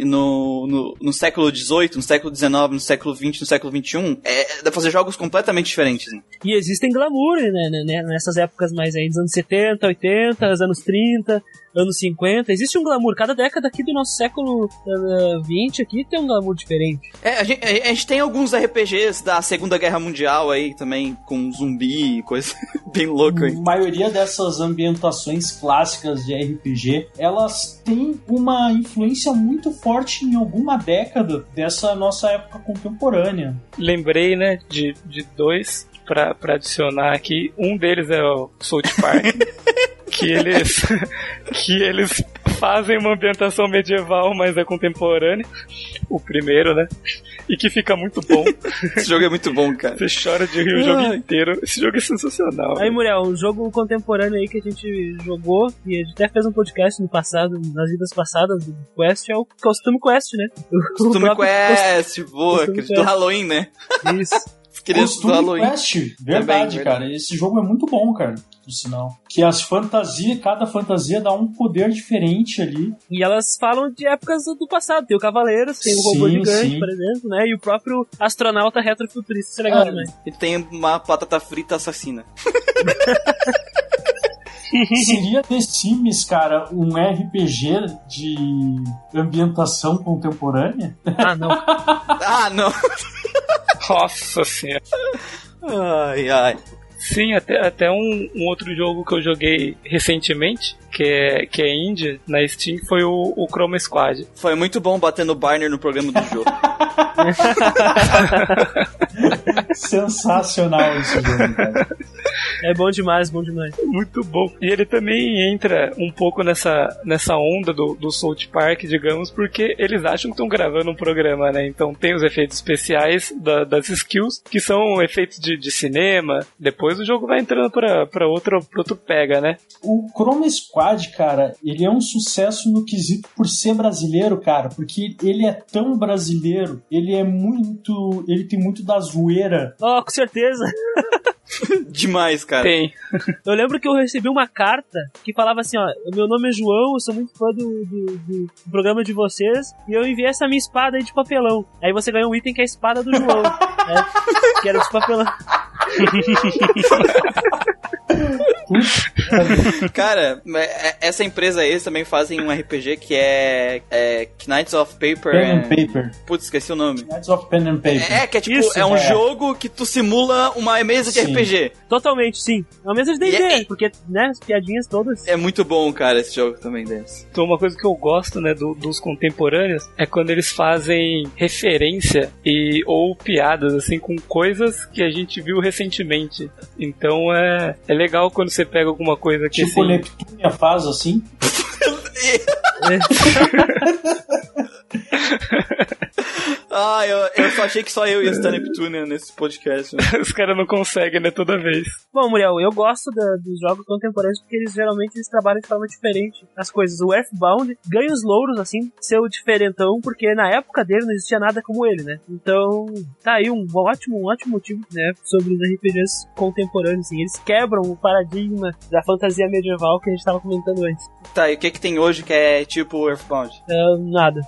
No, no, no século dezoito, no século dezenove, no século vinte, no século vinte e um, é, dá pra fazer jogos completamente diferentes, né? E existem glamour, né, né? Nessas épocas mais aí dos anos setenta, oitenta, anos trinta... anos cinquenta, existe um glamour. Cada década aqui do nosso século uh, vinte aqui tem um glamour diferente. É, a gente, a gente tem alguns R P Gs da Segunda Guerra Mundial aí também, com zumbi e coisa bem louca aí. A maioria dessas ambientações clássicas de R P G, elas têm uma influência muito forte em alguma década dessa nossa época contemporânea. Lembrei, né, de, de dois pra, pra adicionar aqui. Um deles é o South Park. que eles que eles fazem uma ambientação medieval, mas é contemporânea. O primeiro, né? E que fica muito bom. Esse jogo é muito bom, cara. Você chora de rir o jogo inteiro. Esse jogo é sensacional. Aí, Muriel, um jogo contemporâneo aí que a gente jogou, e a gente até fez um podcast no passado, nas vidas passadas do Quest, é o Costume Quest, né? Costume Quest, boa, do Halloween, né? Isso. Costume do Halloween. Quest, verdade, Também, cara. Esse jogo é muito bom, cara. Por sinal. Que as fantasias, cada fantasia dá um poder diferente ali. E elas falam de épocas do passado. Tem o Cavaleiros, tem o Robô Sim, Gigante, sim. por exemplo, né? E o próprio astronauta retrofuturista. Isso é legal Ah, demais. E tem uma batata frita assassina. Seria The Sims, cara, um R P G de ambientação contemporânea? Ah, não. Ah, não. Nossa senhora. Ai, ai. Sim, até, até um, um outro jogo que eu joguei recentemente, que é, que é indie, na Steam, foi o, o Chroma Squad. Foi muito bom bater no Barner no programa do jogo. Sensacional esse jogo, cara. É bom demais, bom demais. Muito bom. E ele também entra um pouco nessa, nessa onda do, do South Park, digamos, porque eles acham que estão gravando um programa, né? Então tem os efeitos especiais da, das skills, que são efeitos de, de cinema. Depois o jogo vai entrando pra, pra, outro, pra outro pega, né? O Chroma Squad, cara, ele é um sucesso no quesito por ser brasileiro, cara, porque ele é tão brasileiro, ele é muito... ele tem muito da zoeira. Oh, com certeza. Demais, cara. Tem. Eu lembro que eu recebi uma carta que falava assim, ó, meu nome é João, eu sou muito fã do, do, do programa de vocês, e eu enviei essa minha espada aí de papelão. Aí você ganha um item que é a espada do João, né? Que era de papelão. Cara, essa empresa aí, eles também fazem um R P G que é, é Knights of Paper. Pen and é... Paper. Putz, esqueci o nome. Knights of Pen and Paper. É, que é tipo, Isso, é um é. jogo que tu simula uma mesa de Sim. R P G. Totalmente, sim. É uma mesa de D e D, E é- porque, né, as piadinhas todas. É muito bom, cara, esse jogo também deles. Então uma coisa que eu gosto, né, do, dos contemporâneos é quando eles fazem referência e ou piadas, assim, com coisas que a gente viu recentemente. Então é, é legal quando você pega alguma coisa que Tipo assim... Neptunia faz assim. Ah, eu, eu só achei que só eu ia estar Neptunia nesse podcast. Né? Os caras não conseguem, né, toda vez. Bom, Muriel, eu gosto da, dos jogos contemporâneos porque eles geralmente eles trabalham de forma diferente as coisas. O Earthbound ganha os louros, assim, ser o diferentão, porque na época dele não existia nada como ele, né? Então, tá aí um ótimo, um ótimo motivo, né, sobre os R P Gs contemporâneos, assim. Eles quebram o paradigma da fantasia medieval que a gente tava comentando antes. Tá, e o que que tem hoje que é tipo Earthbound? É, nada.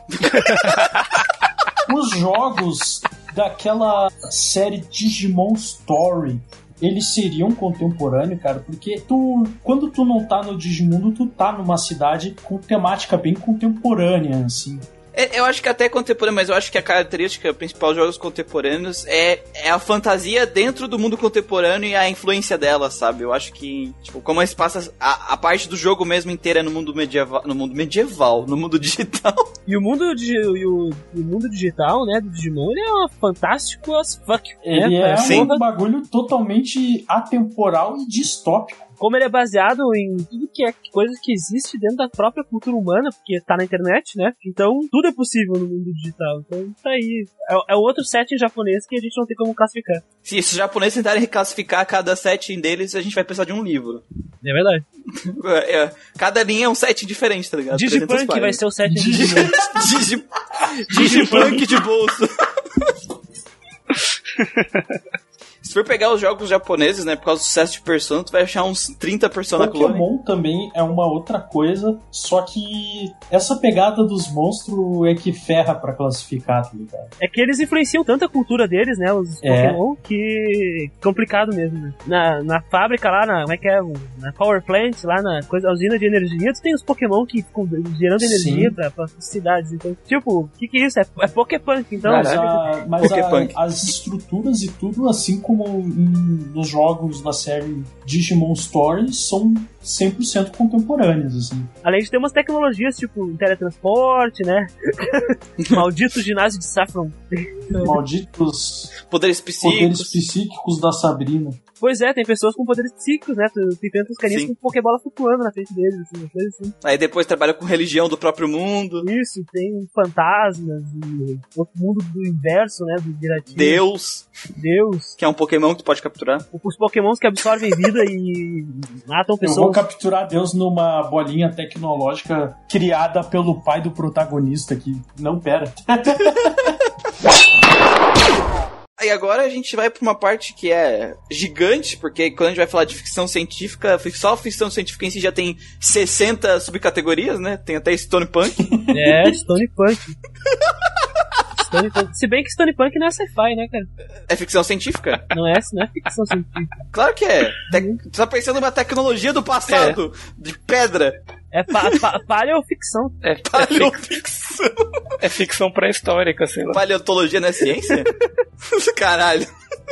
Os jogos daquela série Digimon Story, eles seriam contemporâneos, cara, porque tu, quando tu não tá no Digimundo, tu tá numa cidade com temática bem contemporânea, assim. É, eu acho que até é contemporâneo, mas eu acho que a característica principal dos jogos contemporâneos é, é a fantasia dentro do mundo contemporâneo e a influência dela, sabe? Eu acho que, tipo, como eles passam a, a parte do jogo mesmo inteira no mundo medieval, no mundo medieval, no mundo digital. E o mundo, digi- e o, e o mundo digital, né, do Digimon, ele é fantástico as fuck. Ele né, é cara? um bagulho totalmente atemporal e distópico. Como ele é baseado em tudo que é coisa que existe dentro da própria cultura humana, porque tá na internet, né? Então, tudo é possível no mundo digital. Então, tá aí. É, é outro setting japonês que a gente não tem como classificar. Se esses japoneses tentarem reclassificar cada setting deles, a gente vai precisar de um livro. É verdade. É, é, cada linha é um setting diferente, tá ligado? Digipunk vai ser o setting de Digimon. Digi... Digipunk de bolso. Se for pegar os jogos japoneses, né, por causa do sucesso de Persona, tu vai achar uns trinta Persona clone. Pokémon também é uma outra coisa, só que essa pegada dos monstros é que ferra pra classificar, tá ligado? É que eles influenciam tanto a cultura deles, né, os É. Pokémon, que complicado mesmo, né? Na, na fábrica lá, na, como é que é, na Power Plant, lá na coisa, usina de energia, tu tem os Pokémon que ficam gerando energia Sim. pra, pra cidades. Então, tipo, o que que é isso? É, é Poképunk, então? Mas, a, mas a- Poképunk. as estruturas e tudo, assim como em- nos jogos da série Digimon Story, são cem por cento contemporâneos, assim. Além de ter umas tecnologias, tipo, teletransporte, né? Maldito ginásio de Saffron. Malditos Poderes psíquicos. poderes psíquicos da Sabrina. Pois é, tem pessoas com poderes psíquicos, né? Tu, tu enfrenta os carinhas Sim. com Pokébola flutuando na frente deles, assim, uma coisa assim. Aí depois trabalha com religião do próprio mundo. Isso, tem fantasmas e outro mundo do inverso, né? Do Giratina. Deus, Deus. que é um Pokémon que tu pode capturar. Os Pokémons que absorvem vida e matam Eu vou pessoas. capturar Deus numa bolinha tecnológica criada pelo pai do protagonista, que não, pera. Aí aí agora a gente vai pra uma parte que é gigante, porque quando a gente vai falar de ficção científica, só a ficção científica em si já tem sessenta subcategorias, né? Tem até Stone Punk. É, Stone Punk. Stone Punk. Se bem que Stone Punk não é sci-fi, né, cara? É ficção científica? Não é, não é ficção científica. Claro que é. Te- tu tá pensando numa tecnologia do passado, é. de pedra. É pa- pa- paleoficção. É, Paleoficção. É ficção pré-histórica, sei lá. Paleontologia não é ciência? Caralho.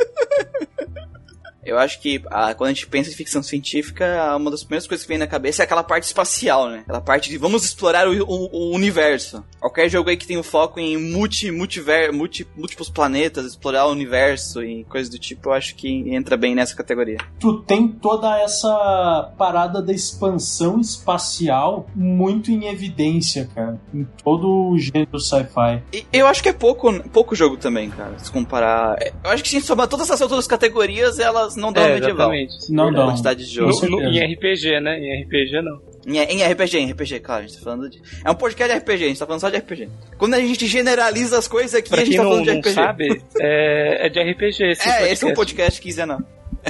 Eu acho que ah, quando a gente pensa em ficção científica, uma das primeiras coisas que vem na cabeça é aquela parte espacial, né? Aquela parte de vamos explorar o, o, o universo. Qualquer jogo aí que tem o foco em multi, multiver, multi, múltiplos planetas, explorar o universo e coisas do tipo, eu acho que entra bem nessa categoria. Tu tem toda essa parada da expansão espacial muito em evidência, cara. Em todo o gênero sci-fi. E eu acho que é pouco, pouco jogo também, cara, se comparar. Eu acho que se a gente somar todas essas outras categorias, elas não dão É, medieval. exatamente. Não dão. Quantidade de jogo. No, no, em R P G, né? Em R P G não. Em, em R P G, em R P G, claro, a gente tá falando de... É um podcast de R P G, a gente tá falando só de R P G. Quando a gente generaliza as coisas aqui, Pra a gente quem tá não, falando de não R P G. sabe, é, é de R P G esse é, podcast. esse é um podcast quinzenal.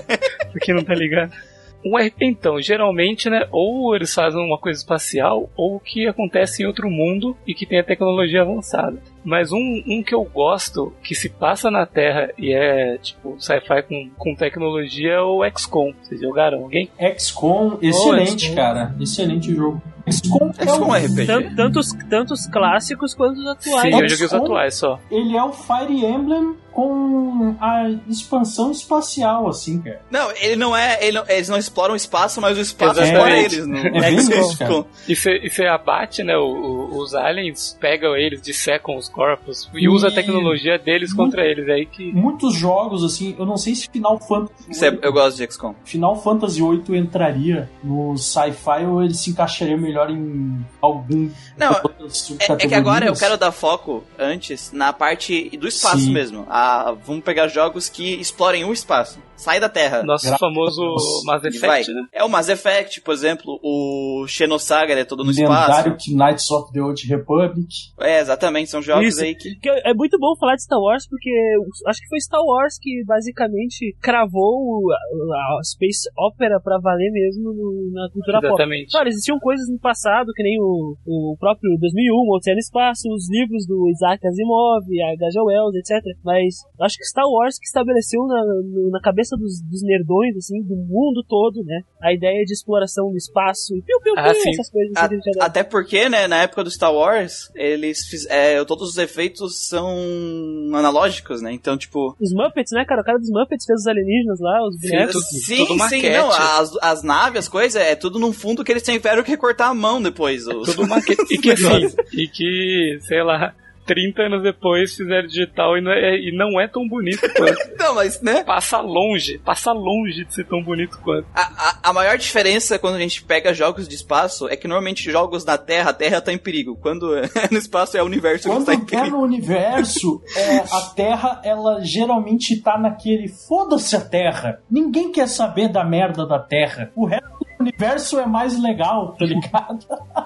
Pra quem não tá ligado. Um R P G, então, geralmente, né, ou eles fazem uma coisa espacial, ou o que acontece em outro mundo e que tem a tecnologia avançada. Mas um, um que eu gosto, que se passa na Terra e é, tipo, sci-fi com, com tecnologia, é o X COM. Vocês jogaram alguém? X COM, excelente, X COM. cara. Excelente jogo. X COM é, É só um um, R P G. Tanto, tantos, tantos clássicos quanto os atuais. Sim, eu joguei os X COM. atuais só. ele é o Fire Emblem com a expansão espacial, assim, cara. Não, ele não é... Ele não- eles não exploram o espaço, mas o espaço Exatamente. explora eles. Não. É bem isso, cara. E você abate, né, o, o- os aliens, pegam eles, dissecam os corpos e usa a E- tecnologia deles contra eles. Aí que... Muitos jogos, assim, eu não sei se Final Fantasy Isso é- eu gosto de X COM. Final Fantasy oito entraria no sci-fi ou ele se encaixaria melhor em algum Não, outras É, é que agora eu subcategorias? quero dar foco antes na parte do espaço Sim. mesmo. Ah, vamos pegar jogos que explorem o espaço. Sai da Terra. Nosso Graças famoso a Mass E vai. Effect, né? É o Mass Effect, por exemplo, o Xenosaga é todo no lendário espaço. Knights of the Old Republic. É, exatamente, são jogos Isso. aí que... Que é muito bom falar de Star Wars, porque acho que foi Star Wars que basicamente cravou a, a Space Opera pra valer mesmo no- na cultura pop. Exatamente. Claro, existiam coisas no passado, que nem o, o próprio dois mil e um, Odisseia no Espaço, os livros do Isaac Asimov, H G Wells, etcétera. Mas acho que Star Wars que estabeleceu na, no- na cabeça dos, dos nerdões, assim, do mundo todo, né, a ideia de exploração do espaço e piu, piu, piu, Ah, sim. essas coisas. A- assim, que a gente já- até porque, né, na época do Star Wars, eles fiz, é, todos os efeitos são analógicos, né? Então, tipo... Os Muppets, né, cara? O cara dos Muppets fez os alienígenas lá, os bonecos. tudo- sim, tudo sim, maquete. não, as, as naves, as coisas, é tudo num fundo que eles tiveram que recortar a mão depois. Os... Tudo maquete. E que assim, e que, sei lá, trinta anos depois fizeram digital e não é, e não é tão bonito quanto. Não, mas, né? Passa longe, passa longe de ser tão bonito quanto. A, a, a maior diferença quando a gente pega jogos de espaço é que normalmente jogos na Terra, a Terra tá em perigo. Quando é no espaço é o universo que Quando tá em é perigo. no universo, é, a Terra, ela geralmente tá naquele foda-se a Terra. Ninguém quer saber da merda da Terra. O resto do universo é mais legal, tá ligado?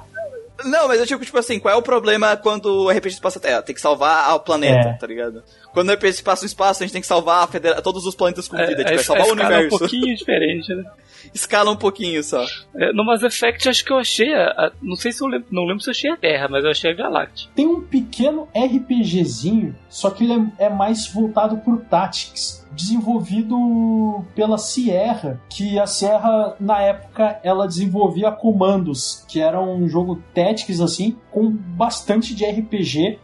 Não, mas eu digo, tipo assim, qual é o problema quando o R P G se passa a Terra? Tem que salvar o planeta, É. tá ligado? Quando o R P G se passa no espaço, a gente tem que salvar a federa- todos os planetas com vida, É, tipo, é a, salvar a o escala é um universo. pouquinho diferente, né? Escala um pouquinho só. É, no Mass Effect acho que eu achei a, a- não sei se eu lembro, não lembro se eu achei a Terra, mas eu achei a Galáctica. Tem um pequeno RPGzinho, só que ele é, é mais voltado pro Tactics, desenvolvido pela Sierra, que a Sierra, na época, ela desenvolvia Comandos, que era um jogo Tactics, assim, com bastante de R P G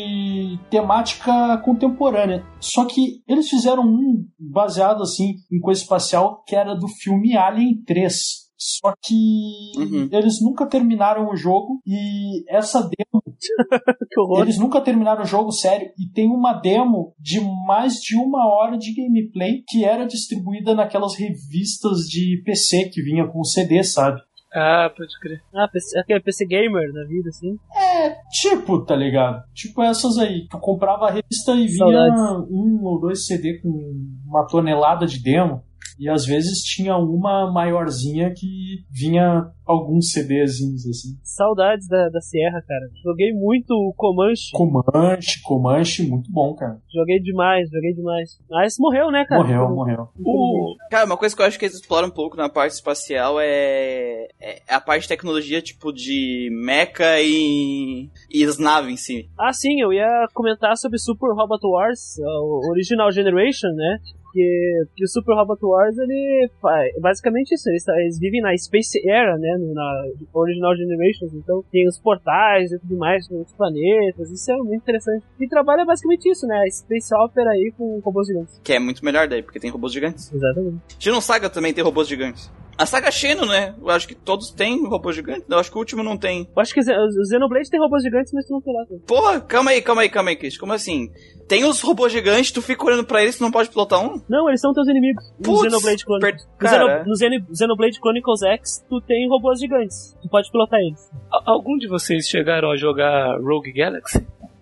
de temática contemporânea. Só que eles fizeram um baseado, assim, em coisa espacial, que era do filme Alien três. Só que Uhum. eles nunca terminaram o jogo e essa demo Que horror. eles nunca terminaram o jogo, sério. E tem uma demo de mais de uma hora de gameplay que era distribuída naquelas revistas de P C que vinha com C D, sabe? Ah, pode crer. Ah, P C, aquele P C Gamer da vida, assim. É, tipo, tá ligado? Tipo essas aí. Tu comprava a revista e vinha Saudades. um ou dois C D com uma tonelada de demo. E às vezes tinha uma maiorzinha que vinha alguns CDzinhos assim. Saudades da, da Sierra, cara. Joguei muito o Comanche. Comanche, Comanche, muito bom, cara. Joguei demais, joguei demais. Mas morreu, né, cara? Morreu, morreu. O... Cara, uma coisa que eu acho que eles exploram um pouco na parte espacial é, é a parte de tecnologia, tipo, de mecha e, e as naves em si. Ah, sim, eu ia comentar sobre Super Robot Wars, o Original Generation, né? Que, que o Super Robot Wars, ele faz basicamente isso, eles, eles vivem na Space Era, né, na Original Generations, então tem os portais e tudo mais, os planetas, isso é muito interessante. E trabalha basicamente isso, né, a Space Opera aí com robôs gigantes. Que é muito melhor daí, porque tem robôs gigantes. Exatamente. Xeno Saga também tem robôs gigantes. A saga Xeno, né? Eu acho que todos têm robôs gigantes. Eu acho que o último não tem. Eu acho que o Xenoblade tem robôs gigantes, mas tu não tem lá. Porra, calma aí, calma aí, calma aí, Chris. Como assim? Tem os robôs gigantes, tu fica olhando pra eles e não pode pilotar um? Não, eles são teus inimigos. Putz, no Xenoblade Chronicles. per... No, Xeno... no Xeno... Xenoblade Chronicles X, tu tem robôs gigantes. Tu pode pilotar eles. Algum de vocês chegaram a jogar Rogue Galaxy?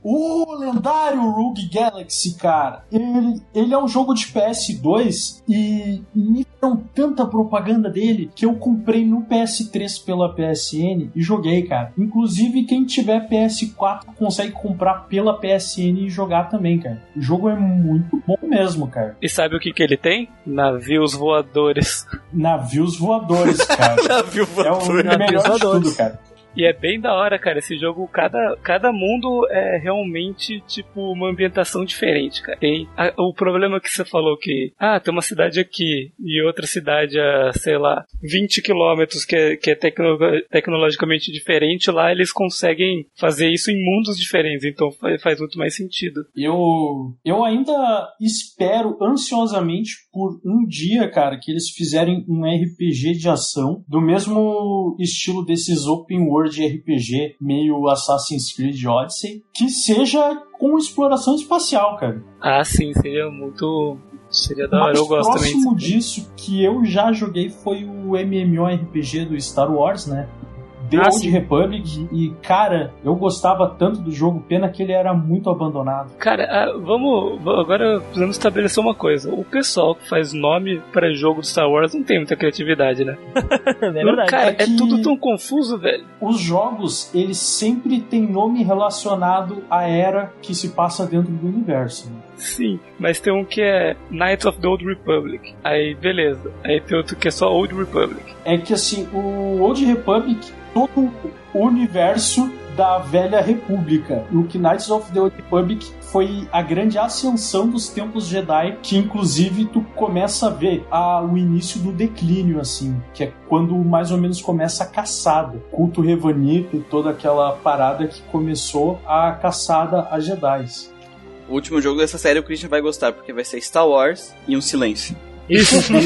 O lendário Rogue Galaxy, cara, ele, ele é um jogo de P S dois e me deram tanta propaganda dele que eu comprei no P S três pela P S N e joguei, cara. Inclusive, quem tiver P S quatro consegue comprar pela P S N e jogar também, cara. O jogo é muito bom mesmo, cara. E sabe o que que ele tem? Navios voadores. Navios voadores, cara. Navio voador. É o melhor de tudo, cara. E é bem da hora, cara, esse jogo, cada, cada mundo é realmente, tipo, uma ambientação diferente, cara. Tem a, o problema que você falou que, ah, tem uma cidade aqui e outra cidade a, sei lá, vinte quilômetros que é, que é tecno, tecnologicamente diferente, lá eles conseguem fazer isso em mundos diferentes, então faz, faz muito mais sentido. Eu, eu ainda espero ansiosamente por um dia, cara, que eles fizerem um R P G de ação do mesmo estilo desses open world de R P G meio Assassin's Creed Odyssey, que seja com exploração espacial, cara. Ah, sim, seria muito... Seria da hora, Mas eu gosto também. O próximo disso que eu já joguei foi o MMORPG do Star Wars, né? The Ah, Old sim. Republic, e cara, eu gostava tanto do jogo, pena que ele era muito abandonado. Cara, ah, vamos... Agora precisamos estabelecer uma coisa. O pessoal que faz nome pra jogo do Star Wars não tem muita criatividade, né? É verdade. Cara, É é, que- tudo tão confuso, velho. Os jogos, eles sempre têm nome relacionado à era que se passa dentro do universo, né? Sim, mas tem um que é Knights of the Old Republic. Aí, beleza. Aí tem outro que é só Old Republic. É que assim, o Old Republic, todo o universo da Velha República. O que Knights of the Old Republic foi a grande ascensão dos tempos Jedi, que inclusive tu começa a ver a, o início do declínio, assim, que é quando mais ou menos começa a caçada. Culto Revanita e toda aquela parada que começou a caçada a Jedis. O último jogo dessa série o Christian vai gostar, porque vai ser Star Wars e um silêncio. Isso, isso.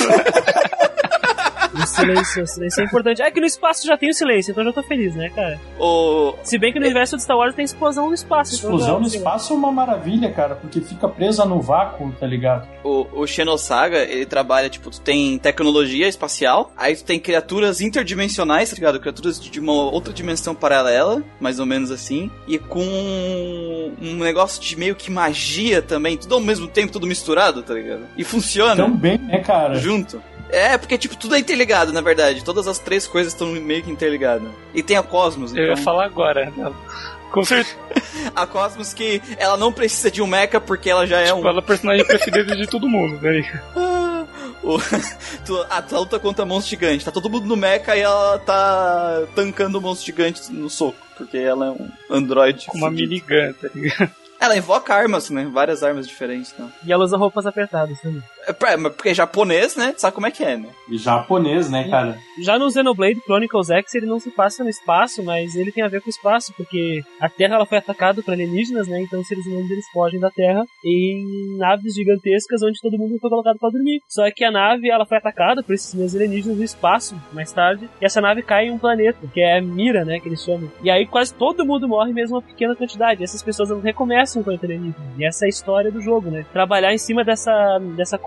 O silêncio, o silêncio é importante. É que no espaço já tem o silêncio, então eu já tô feliz, né, cara? O... Se bem que no universo de Star Wars tem explosão no espaço. então Explosão já- no espaço é uma maravilha, cara, porque fica presa no vácuo, tá ligado? O, o Xenosaga, ele trabalha, tipo, tu tem tecnologia espacial, aí tu tem criaturas interdimensionais, tá ligado? Criaturas de uma outra dimensão paralela, mais ou menos assim, e com um negócio de meio que magia também, tudo ao mesmo tempo, tudo misturado, tá ligado? E funciona Também, né, cara? junto. É, porque, tipo, tudo é interligado, na verdade. Todas as três coisas estão meio que interligadas. E tem a Cosmos, Eu ia então... falar agora. Não. Com certeza. A Cosmos que ela não precisa de um mecha porque ela já é Tipo, um... ela é a personagem preferida de todo mundo, né? Ah, o, tu, a, tu luta contra monstro gigante. Tá todo mundo no mecha e ela tá tancando o monstro gigante no soco. Porque ela é um androide. Com uma fudido. minigun, tá ligado? Ela invoca armas, né? Várias armas diferentes, então. E ela usa roupas apertadas também. É, pra- mas porque é japonês, né? Sabe como é que é, né? E japonês, né, cara? Já no Xenoblade Chronicles X ele não se passa no espaço, mas ele tem a ver com o espaço, porque a Terra ela foi atacada por alienígenas, né? Então os seres humanos eles fogem da Terra em naves gigantescas onde todo mundo foi colocado pra dormir. Só que a nave ela foi atacada por esses mesmos alienígenas no espaço mais tarde, e essa nave cai em um planeta, que é Mira, né? Que eles chamam. E aí quase todo mundo morre, mesmo uma pequena quantidade. E essas pessoas elas recomeçam com o alienígena. E essa é a história do jogo, né? Trabalhar em cima dessa, dessa colônia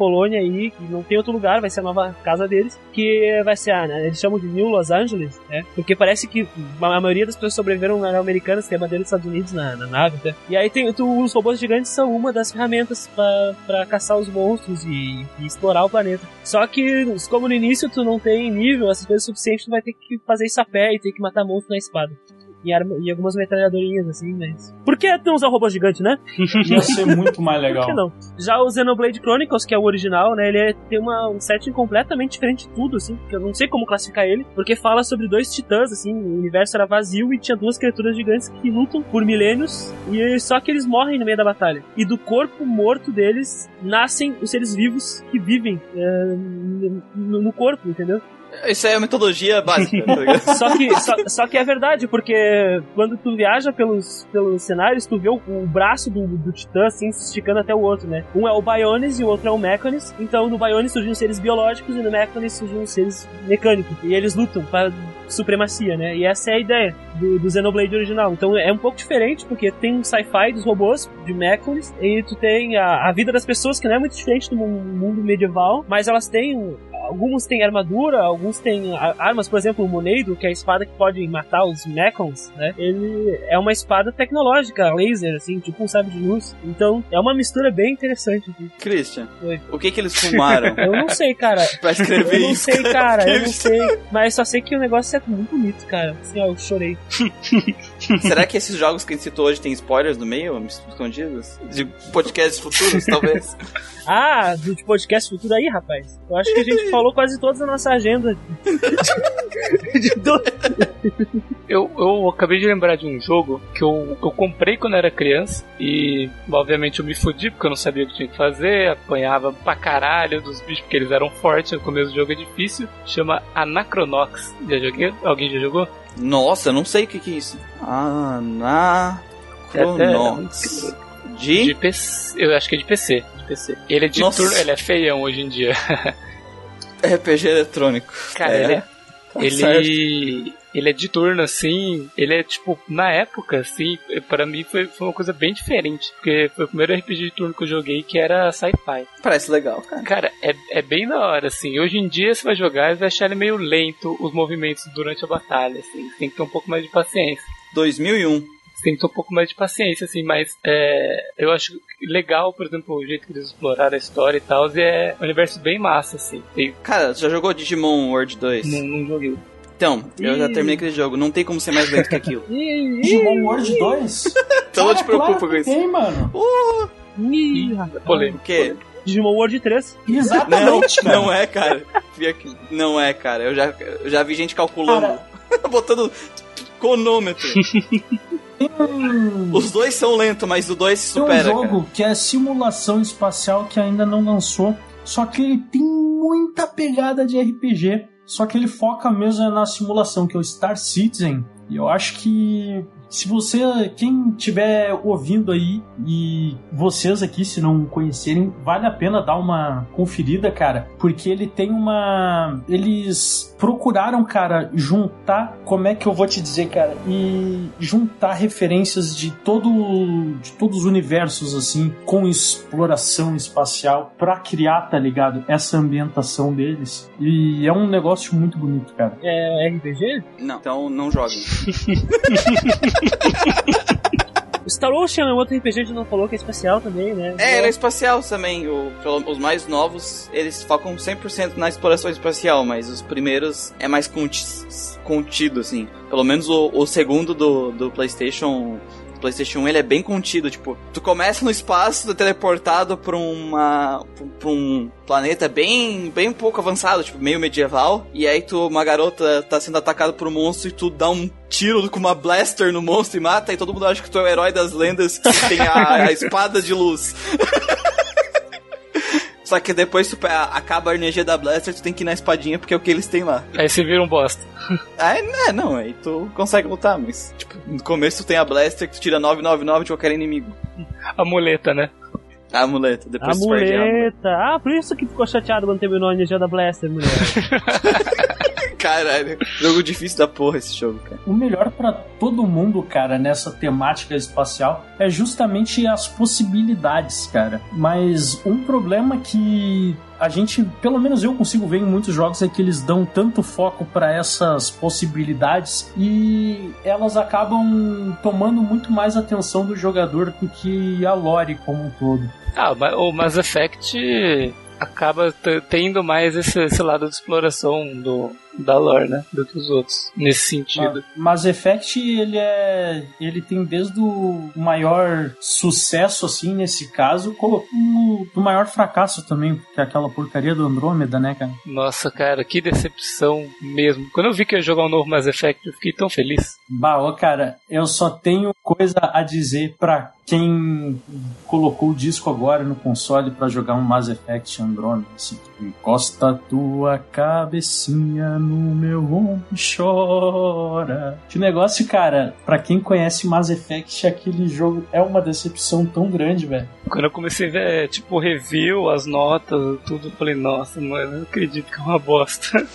colônia aí, que não tem outro lugar, vai ser a nova casa deles, que vai ser a, né, eles chamam de New Los Angeles, né? Porque parece que a maioria das pessoas sobreviveram eram americanas, que é a bandeira dos Estados Unidos na, na nave, né? E aí tem, tu, os robôs gigantes são uma das ferramentas pra, pra caçar os monstros e, e explorar o planeta. Só que, como no início tu não tem nível, essas coisas suficientes, tu vai ter que fazer isso a pé e ter que matar monstros na espada. E, arma, e algumas metralhadorinhas, assim, mas... Por que tu não usar o robô gigante, né? Ia ser muito mais legal. Por que não? Já o Xenoblade Chronicles, que é o original, né? Ele é, tem uma, um setting completamente diferente de tudo, assim. Que eu não sei como classificar ele. Porque fala sobre dois titãs, assim. O universo era vazio e tinha duas criaturas gigantes que lutam por milênios. E só que eles morrem no meio da batalha. E do corpo morto deles nascem os seres vivos que vivem é, no, no corpo, entendeu? Isso aí é a metodologia básica. só, que, só, só que é verdade, porque quando tu viaja pelos, pelos cenários, tu vê o, o braço do, do Titã, assim, se esticando até o outro, né? Um é o Bionis e o outro é o Mechanis. Então, no Bionis surgiam seres biológicos e no Mechanis surgiam seres mecânicos. E eles lutam para supremacia, né? E essa é a ideia do, do Xenoblade original. Então, é um pouco diferente, porque tem um sci-fi dos robôs, de Mechanis, e tu tem a, a vida das pessoas, que não é muito diferente do mundo medieval, mas elas têm... Alguns têm armadura, alguns têm armas, por exemplo, o Moneido, que é a espada que pode matar os Mechons, né? Ele é uma espada tecnológica, laser, assim, tipo um sabre de luz. Então, é uma mistura bem interessante. Aqui. Christian, Oi. O que que eles fumaram? Eu não sei, cara. Pra escrever eu não isso, sei, cara, cara. eu não sei. Mas só sei que o negócio é muito bonito, cara. Assim, ó, eu chorei. Será que esses jogos que a gente citou hoje tem spoilers no meio, escondidos? De podcasts futuros, talvez? Ah, do podcast futuro aí, rapaz. Eu acho que a gente falou quase toda a nossa agenda. de do... eu, eu acabei de lembrar de um jogo que eu, eu comprei quando era criança e, obviamente, eu me fudi porque eu não sabia o que tinha que fazer, apanhava pra caralho dos bichos porque eles eram fortes, no começo do jogo é difícil. Chama Anachronox. Já joguei? Alguém já jogou? Nossa, eu não sei o que que é isso. Anachronox. É de? De P C. Eu acho que é de P C. De P C. Ele é de turno, ele é feião hoje em dia. R P G eletrônico. Cara, é. ele é. Tá ele, ele é de turno, assim. Ele é tipo, na época, assim, pra mim foi, foi uma coisa bem diferente. Porque foi o primeiro R P G de turno que eu joguei que era sci-fi. Parece legal, cara. Cara, é, é bem da hora, assim. Hoje em dia você vai jogar e vai achar ele meio lento, os movimentos durante a batalha, assim. Você tem que ter um pouco mais de paciência. dois mil e um. Tem que ter um pouco mais de paciência, assim, mas é, eu acho legal, por exemplo, o jeito que eles exploraram a história e tal, e é um universo bem massa, assim. Tem... Cara, você já jogou Digimon World dois? Não, não joguei. Então, eu já terminei aquele jogo, não tem como ser mais lento que aquilo. Digimon World dois? Então não te preocupa claro com isso. Tem, mano. Uh, Ih, polêmico. O quê? Digimon World três. Exatamente, Não, não é, cara. Não é, cara. Eu já, eu já vi gente calculando, botando cronômetro. Os dois são lentos, mas o dois se supera. Tem um jogo cara. que é Simulação Espacial que ainda não lançou, só que ele tem muita pegada de R P G, só que ele foca mesmo na simulação, que é o Star Citizen. E eu acho que se você, quem estiver ouvindo aí e vocês aqui, se não conhecerem, vale a pena dar uma conferida, cara, porque ele tem uma... Eles procuraram, cara, juntar, como é que eu vou te dizer, cara, e juntar referências de todo, de todos os universos, assim, com exploração espacial pra criar, tá ligado? Essa ambientação deles. E é um negócio muito bonito, cara. É R P G? Não, então não joguem. Star Ocean é um outro R P G que a gente não falou, que é espacial também, né? É, ele é espacial também. O, os mais novos, eles focam cem por cento na exploração espacial, mas os primeiros é mais conti contido, assim. Pelo menos o, o segundo do, do PlayStation... PlayStation um, ele é bem contido, tipo, tu começa no espaço, teleportado pra uma pra um planeta bem bem pouco avançado, tipo, meio medieval, e aí tu, uma garota tá sendo atacada por um monstro e tu dá um tiro com uma blaster no monstro e mata, e todo mundo acha que tu é o herói das lendas que tem a, a espada de luz. Só que depois tu, acaba a energia da blaster, tu tem que ir na espadinha, porque é o que eles têm lá. Aí você vira um bosta. Aí, né, não, aí tu consegue lutar, mas, tipo, no começo tu tem a blaster que tu tira nove nove nove de qualquer inimigo. A muleta, né? A amuleta, depois a tu perde a muleta. Ah, por isso que ficou chateado quando terminou a energia da blaster, mulher. Caralho, jogo difícil da porra esse jogo, cara. O melhor pra todo mundo, cara, nessa temática espacial é justamente as possibilidades, cara. Mas um problema que a gente, pelo menos eu consigo ver em muitos jogos, é que eles dão tanto foco para essas possibilidades e elas acabam tomando muito mais atenção do jogador do que a lore como um todo. Ah, o Mass Effect acaba t- tendo mais esse, esse lado de exploração do, da lore, né, do que os outros, nesse sentido. Mass Effect, ele é ele tem desde o maior sucesso, assim, nesse caso, como o maior fracasso também, que é aquela porcaria do Andrômeda, né, cara? Nossa, cara, que decepção mesmo. Quando eu vi que ia jogar um novo Mass Effect, eu fiquei tão feliz. Bah, ó, cara, eu só tenho coisa a dizer pra quem colocou o disco agora no console pra jogar um Mass Effect Andrômeda, assim, encosta a tua cabecinha no meu ombro e chora. Que negócio, cara, pra quem conhece Mass Effect, aquele jogo é uma decepção tão grande, velho. Quando eu comecei a ver, tipo, review, as notas, tudo, eu falei, nossa, mano, eu não acredito que é uma bosta.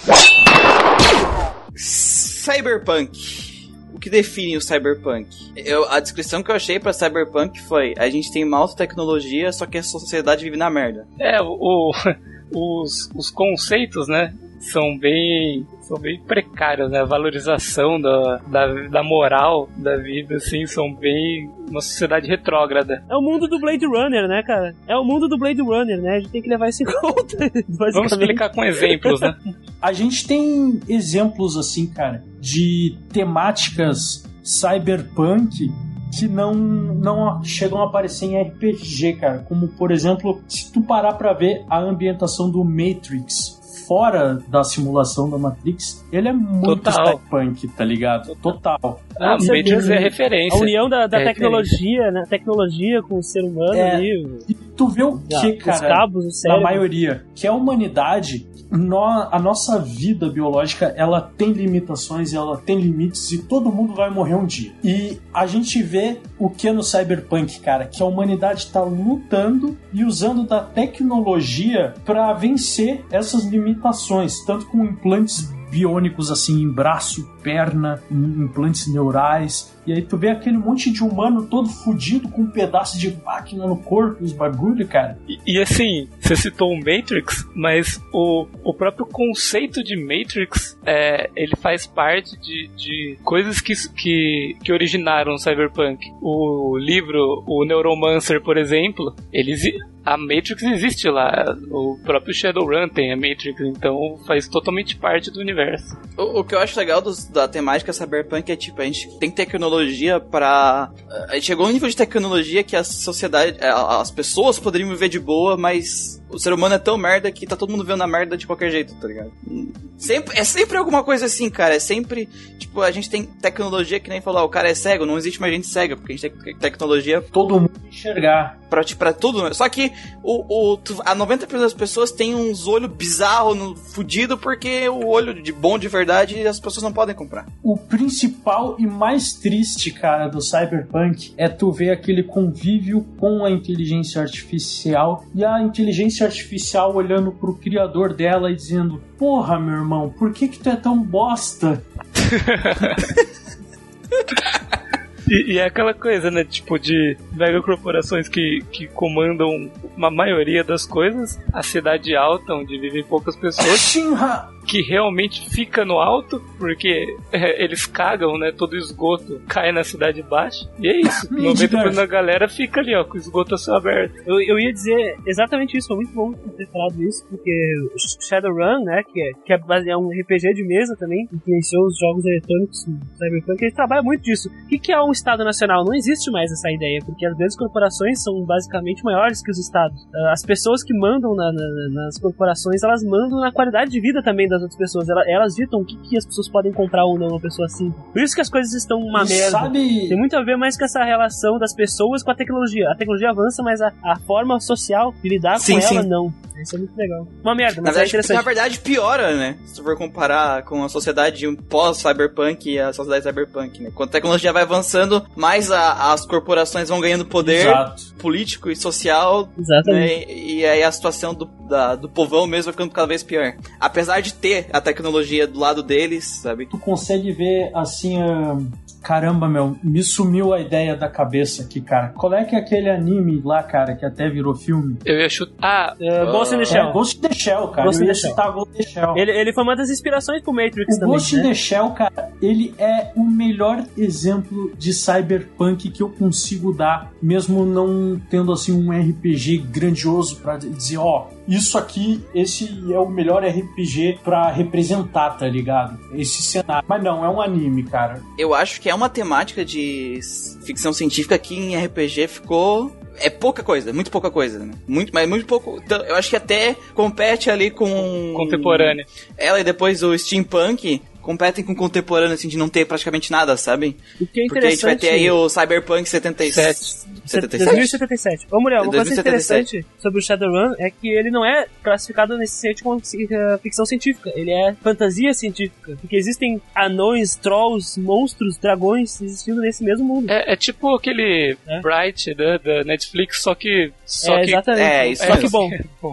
Cyberpunk. O que define o Cyberpunk? Eu, a descrição que eu achei pra Cyberpunk foi: a gente tem uma alta tecnologia, só que a sociedade vive na merda. É, o, o, os, os conceitos, né, são bem, são bem precários, né? A valorização da, da, da moral da vida, assim, são bem uma sociedade retrógrada. É o mundo do Blade Runner, né, cara? É o mundo do Blade Runner, né? A gente tem que levar isso em conta. Vamos explicar com exemplos, né? A gente tem exemplos, assim, cara, de temáticas cyberpunk que não, não chegam a aparecer em R P G, cara. Como, por exemplo, se tu parar pra ver a ambientação do Matrix fora da simulação da Matrix, ele é muito Total. cyberpunk, tá ligado? Total. Ah, o Matrix é referência. A união da, da é tecnologia, né? Tecnologia com o ser humano É, ali. E tu vê o que, cara? Os cabos, o cérebro. Na maioria, que a humanidade, no, a nossa vida biológica, ela tem limitações, ela tem limites e todo mundo vai morrer um dia. E a gente vê o que no Cyberpunk, cara, que a humanidade tá lutando e usando da tecnologia pra vencer essas limitações, tanto com implantes biônicos, assim, em braço, perna, implantes neurais. E aí tu vê aquele monte de humano todo fudido com um pedaço de máquina no corpo, os bagulho, cara. E, e assim, você citou o Matrix, mas o, o próprio conceito de Matrix, é, ele faz parte de, de coisas que, que, que originaram o Cyberpunk. O livro, o Neuromancer, por exemplo, eles... A Matrix existe lá, o próprio Shadowrun tem a Matrix, então faz totalmente parte do universo. O, o que eu acho legal dos, da temática Cyberpunk é, tipo, a gente tem tecnologia pra... A gente chegou a um nível de tecnologia que a sociedade, as pessoas poderiam viver de boa, mas o ser humano é tão merda que tá todo mundo vendo a merda de qualquer jeito, tá ligado? Sempre, é sempre alguma coisa assim, cara, é sempre, tipo, a gente tem tecnologia que nem falar, o cara é cego, não existe mais gente cega, porque a gente tem tecnologia... Todo mundo enxergar. Pra, pra tudo, só que o, o, a noventa por cento das pessoas tem uns olhos bizarros, fudido, porque o olho de bom de verdade as pessoas não podem comprar. O principal e mais triste, cara, do Cyberpunk é tu ver aquele convívio com a inteligência artificial e a inteligência artificial olhando pro criador dela e dizendo: porra, meu irmão, por que que tu é tão bosta? E, e é aquela coisa, né, tipo, de megacorporações que, que comandam uma maioria das coisas, a cidade alta, onde vivem poucas pessoas, Shinra! que realmente fica no alto, porque é, eles cagam, né, todo o esgoto cai na cidade baixa, e é isso, noventa por cento da galera fica ali, ó, com o esgoto a céu aberto. Eu, eu ia dizer exatamente isso, foi muito bom ter falado isso, porque Shadowrun, né, que é, que é baseado em um R P G de mesa também, influenciou os jogos eletrônicos do Cyberpunk, ele trabalha muito disso. O que, que é um Estado Nacional? Não existe mais essa ideia, porque as grandes corporações são basicamente maiores que os Estados. As pessoas que mandam na, na, nas corporações, elas mandam na qualidade de vida também das outras pessoas. Elas, elas ditam o que, que as pessoas podem comprar ou não uma pessoa assim. Por isso que as coisas estão uma E merda. sabe- Tem muito a ver mais com essa relação das pessoas com a tecnologia. A tecnologia avança, mas a, a forma social de lidar Sim, com sim. ela não. Isso é muito legal. Uma merda, mas na verdade, é interessante. Na verdade, piora, né? Se tu for comparar com a sociedade pós-cyberpunk e a sociedade cyberpunk, né? Quando a tecnologia vai avançando, mais a, as corporações vão ganhando poder Exato. político e social. Exatamente. Né? E aí a situação do, da, do povão mesmo vai ficando cada vez pior. Apesar de ter a tecnologia do lado deles, sabe? Tu consegue ver, assim... Uh... Caramba, meu, me sumiu a ideia da cabeça aqui, cara. Qual é que é aquele anime lá, cara, que até virou filme? Eu ia chutar... Ah, uh, Ghost in the Shell. É, Ghost in the Shell, cara. Ghost eu ia in the citar Ghost in the Shell. Ele, ele foi uma das inspirações pro Matrix o também, Ghost né? in the Shell, cara, ele é o melhor exemplo de cyberpunk que eu consigo dar, mesmo não tendo, assim, um R P G grandioso pra dizer, ó... Oh, isso aqui, esse é o melhor R P G pra representar, tá ligado? Esse cenário. Mas não, é um anime, cara. Eu acho que é uma temática de ficção científica que em R P G ficou... É pouca coisa, muito pouca coisa, né? Muito, mas muito pouco... Eu acho que até compete ali com... Contemporânea. Ela e depois o Steampunk... competem com o contemporâneo, assim, de não ter praticamente nada, sabe? O que é interessante... Porque a gente vai ter aí o Cyberpunk setenta e sete. dois mil e setenta e sete. Ô, mulher, uma coisa interessante sobre o Shadowrun é que ele não é classificado necessariamente como ficção científica. Ele é fantasia científica. Porque existem anões, trolls, monstros, dragões existindo nesse mesmo mundo. É, é tipo aquele é. Bright da, da Netflix, só que... Só é, que exatamente. É, isso só é, que bom.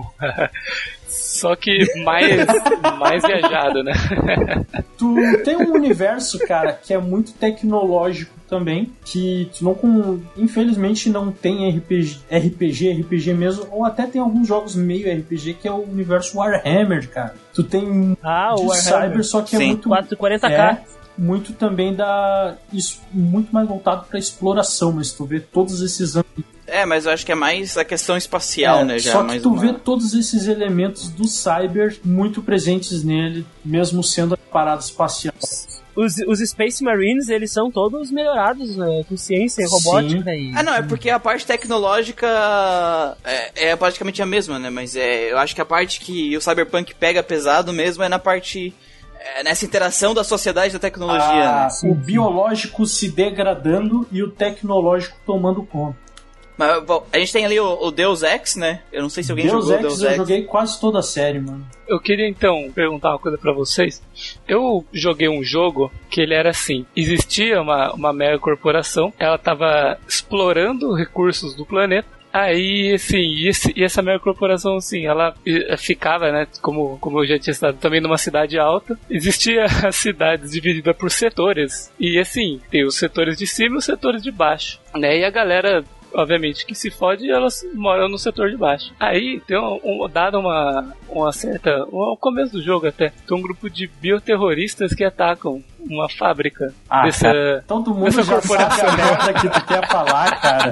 Só que mais, mais viajado, né? Tu tem um universo, cara, que é muito tecnológico também, que tu não com, infelizmente não tem R P G, R P G, R P G mesmo, ou até tem alguns jogos meio R P G, que é o universo Warhammer, cara. Tu tem ah, de o Cyber, só que Sim. é muito... quarenta K. É, muito também da... Isso, muito mais voltado pra exploração, mas tu vê todos esses anos... É, mas eu acho que é mais a questão espacial, é, né? Já, só que mais tu uma... vê todos esses elementos do Cyber muito presentes nele, mesmo sendo a parada espacial. Os, os Space Marines, eles são todos melhorados, né, com ciência e robótica. E... Ah, não, é porque a parte tecnológica é, é praticamente a mesma, né? Mas é, eu acho que a parte que o Cyberpunk pega pesado mesmo é na parte... É, nessa interação da sociedade e da tecnologia, ah, né? O biológico se degradando e o tecnológico tomando conta. Mas, bom, a gente tem ali o, o Deus Ex, né? Eu não sei se alguém Deus jogou Ex, Deus eu Ex. joguei quase toda a série, mano. Eu queria então perguntar uma coisa pra vocês. Eu joguei um jogo que ele era assim: existia uma, uma mega corporação, ela tava explorando recursos do planeta. Aí, assim, e, esse, e essa mega corporação, assim, ela ficava, né, como, como eu já tinha estado também numa cidade alta. Existia as cidades divididas por setores. E, assim, tem os setores de cima e os setores de baixo, né? E a galera, obviamente, que se fode, elas moram no setor de baixo. Aí, tem um, um, dado uma, uma certa... Um, ao começo do jogo até, tem um grupo de bioterroristas que atacam uma fábrica ah, dessa, cara, todo mundo dessa já corporação. sabe a merda que tu quer falar, cara.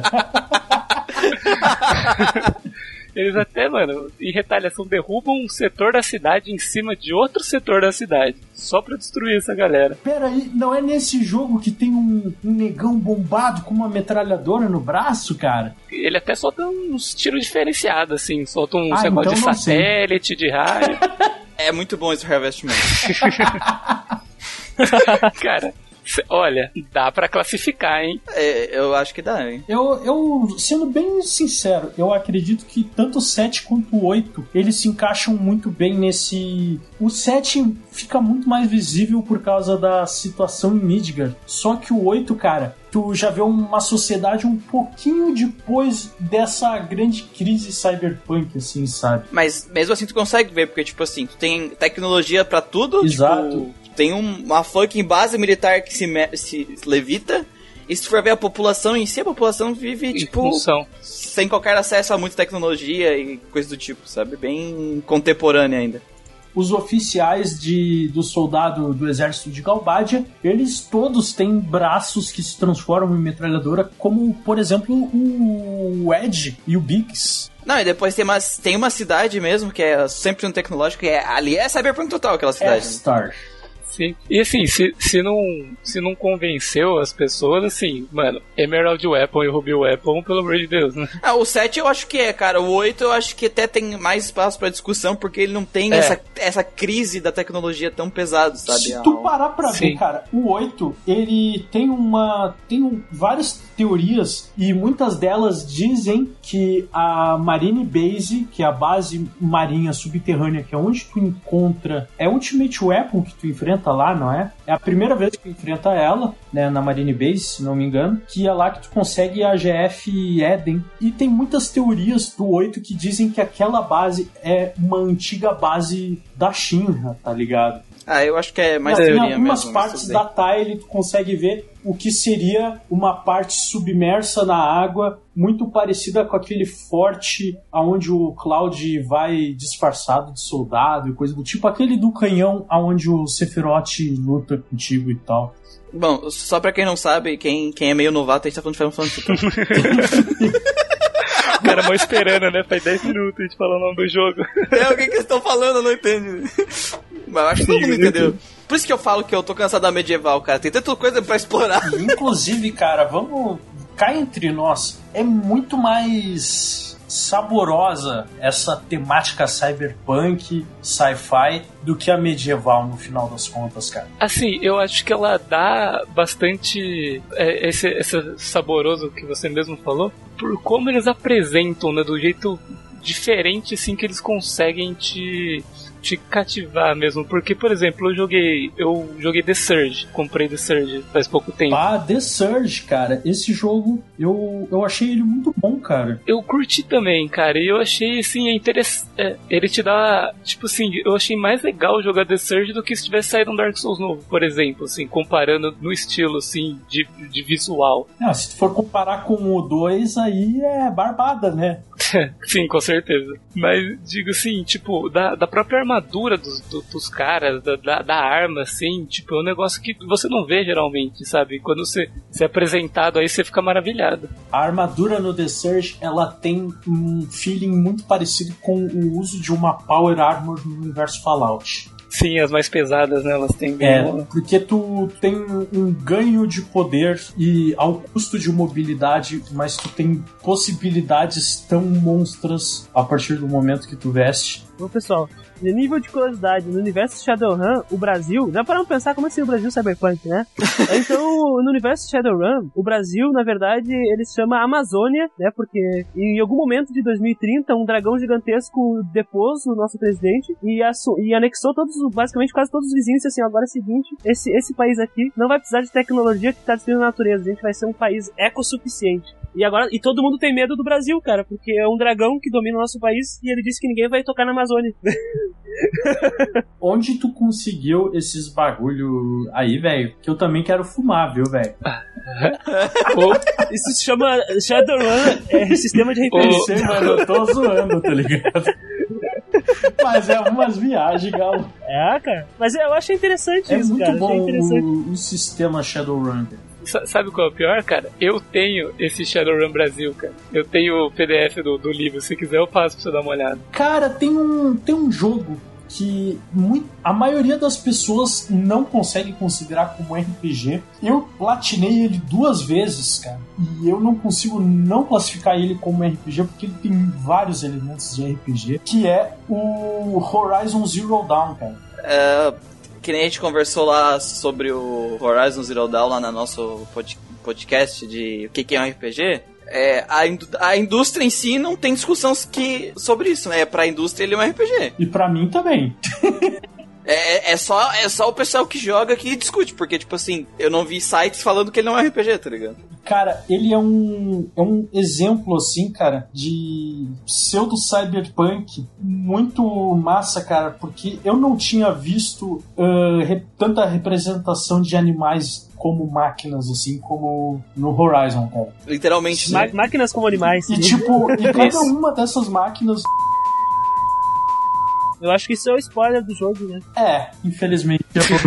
Eles até, mano, em retaliação, derrubam um setor da cidade em cima de outro setor da cidade, só pra destruir essa galera. Pera aí, não é nesse jogo que tem um, um negão bombado com uma metralhadora no braço, cara? Ele até solta uns tiros diferenciados, assim, solta um ah, negócio então de satélite, sei. De raio. É muito bom esse Harvest Moon. Cara... Olha, dá pra classificar, hein? É, eu acho que dá, hein? Eu, eu, sendo bem sincero, eu acredito que tanto o sete quanto o oito, eles se encaixam muito bem nesse... O sete fica muito mais visível por causa da situação em Midgard. Só que o oito, cara, tu já vê uma sociedade um pouquinho depois dessa grande crise cyberpunk, assim, sabe? Mas mesmo assim tu consegue ver, porque, tipo assim, tu tem tecnologia pra tudo. Exato. Tipo, tem um, uma fucking base militar que se, me- se levita. E se tu for ver a população em si, a população vive, Em tipo, função. sem qualquer acesso a muita tecnologia e coisa do tipo, sabe? Bem contemporânea ainda. Os oficiais de, do soldado do exército de Galbadia, eles todos têm braços que se transformam em metralhadora, como, por exemplo, o Edge e o Biggs. Não, e depois tem uma, tem uma cidade mesmo, que é sempre um tecnológico, que é, ali é Cyberpunk total, aquela cidade. F-Star. Sim. E assim, se, se, não, se não convenceu as pessoas, assim, mano, Emerald Weapon e Ruby Weapon, pelo amor de Deus, né? Ah, o sete eu acho que é, cara. O oito eu acho que até tem mais espaço pra discussão, porque ele não tem É. essa, essa crise da tecnologia tão pesada, sabe? Se tu parar pra Sim. ver, cara, o oito, ele tem uma... tem um, várias teorias e muitas delas dizem que a Marine Base, que é a base marinha subterrânea, que é onde tu encontra... É Ultimate Weapon que tu enfrenta lá, não é? É a primeira vez que tu enfrenta ela, né, na Marine Base, se não me engano, que é lá que tu consegue a G F Eden. E tem muitas teorias do oito que dizem que aquela base é uma antiga base da Shinra, tá ligado? Ah, eu acho que é mais Mas teoria em algumas mesmo. partes isso da daí. tile tu consegue ver o que seria uma parte submersa na água, muito parecida com aquele forte onde o Cloud vai disfarçado de soldado e coisa do tipo, aquele do canhão onde o Sephiroth luta contigo e tal. Bom, só pra quem não sabe, quem, quem é meio novato, a gente tá falando de Final Fantasy. O cara mó esperando, né? Faz dez minutos a gente falando o nome do jogo. É, o que que eles estão falando, eu não entendo. Mas eu acho que todo mundo entendeu. Por isso que eu falo que eu tô cansado da medieval, cara. Tem tanta coisa pra explorar. Inclusive, cara, vamos... cá entre nós, é muito mais saborosa essa temática cyberpunk, sci-fi, do que a medieval, no final das contas, cara. Assim, eu acho que ela dá bastante é, esse, esse saboroso que você mesmo falou, por como eles apresentam, né, do jeito diferente, assim, que eles conseguem te... te cativar mesmo, porque, por exemplo, eu joguei eu joguei The Surge, comprei The Surge faz pouco tempo. Ah, The Surge, cara, esse jogo eu, eu achei ele muito bom, cara. Eu curti também, cara, e eu achei, assim, é interessante, é, ele te dá, tipo assim, eu achei mais legal jogar The Surge do que se tivesse saído um Dark Souls novo, por exemplo, assim, comparando no estilo, assim, de, de visual. Ah, se tu for comparar com o dois, aí é barbada, né? Sim, com certeza. Mas, digo assim, tipo, da, da própria armadura dos, do, dos caras, da, da, da arma, assim, tipo, é um negócio que você não vê geralmente, sabe? Quando você, você é apresentado aí, você fica maravilhado. A armadura no The Surge, ela tem um feeling muito parecido com o uso de uma Power Armor no universo Fallout. Sim, as mais pesadas, né? Elas têm... É, porque tu tem um ganho de poder e ao custo de mobilidade, mas tu tem possibilidades tão monstras a partir do momento que tu veste. Bom, pessoal, de nível de curiosidade, no universo Shadowrun, o Brasil... Não é para não pensar como é que seria o Brasil Cyberpunk, né? Então, no universo Shadowrun, o Brasil, na verdade, ele se chama Amazônia, né? Porque em algum momento de dois mil e trinta, um dragão gigantesco depôs o nosso presidente e, e anexou todos, basicamente quase todos os vizinhos. E assim, agora é o seguinte, esse, esse país aqui não vai precisar de tecnologia que está destruindo a natureza. A gente vai ser um país ecossuficiente. E agora, e todo mundo tem medo do Brasil, cara, porque é um dragão que domina o nosso país e ele disse que ninguém vai tocar na Amazônia. Onde tu conseguiu esses bagulho aí, velho? Que eu também quero fumar, viu, velho? Isso se chama Shadowrun, é sistema de referência. Eu sei, mano, eu tô zoando, tá ligado? Mas é umas viagens, galo. É, cara. Mas eu achei interessante é isso, muito cara. bom interessante. o, o sistema Shadowrun. Sabe qual é o pior, cara? Eu tenho esse Shadowrun Brasil, cara. Eu tenho o P D F do, do livro. Se quiser, eu passo pra você dar uma olhada. Cara, tem um, tem um jogo que muito, a maioria das pessoas não consegue considerar como R P G. Eu platinei ele duas vezes, cara. E eu não consigo não classificar ele como R P G porque ele tem vários elementos de R P G, que é o Horizon Zero Dawn, cara. É... Que nem a gente conversou lá sobre o Horizon Zero Dawn lá no nosso pod- podcast de o que, que é um R P G. É, a, indú- a indústria em si não tem discussão que, sobre isso, né? Pra indústria ele é um R P G. E pra mim também. É, é, só, é só o pessoal que joga que discute, porque, tipo assim, eu não vi sites falando que ele não é um R P G, tá ligado? Cara, ele é um, é um exemplo, assim, cara, de pseudo-cyberpunk muito massa, cara, porque eu não tinha visto uh, re- tanta representação de animais como máquinas, assim, como no Horizon, cara. Literalmente, Ma- né? Máquinas como animais. E, tipo, e cada uma dessas máquinas... Eu acho que isso é o spoiler do jogo, né? É, infelizmente.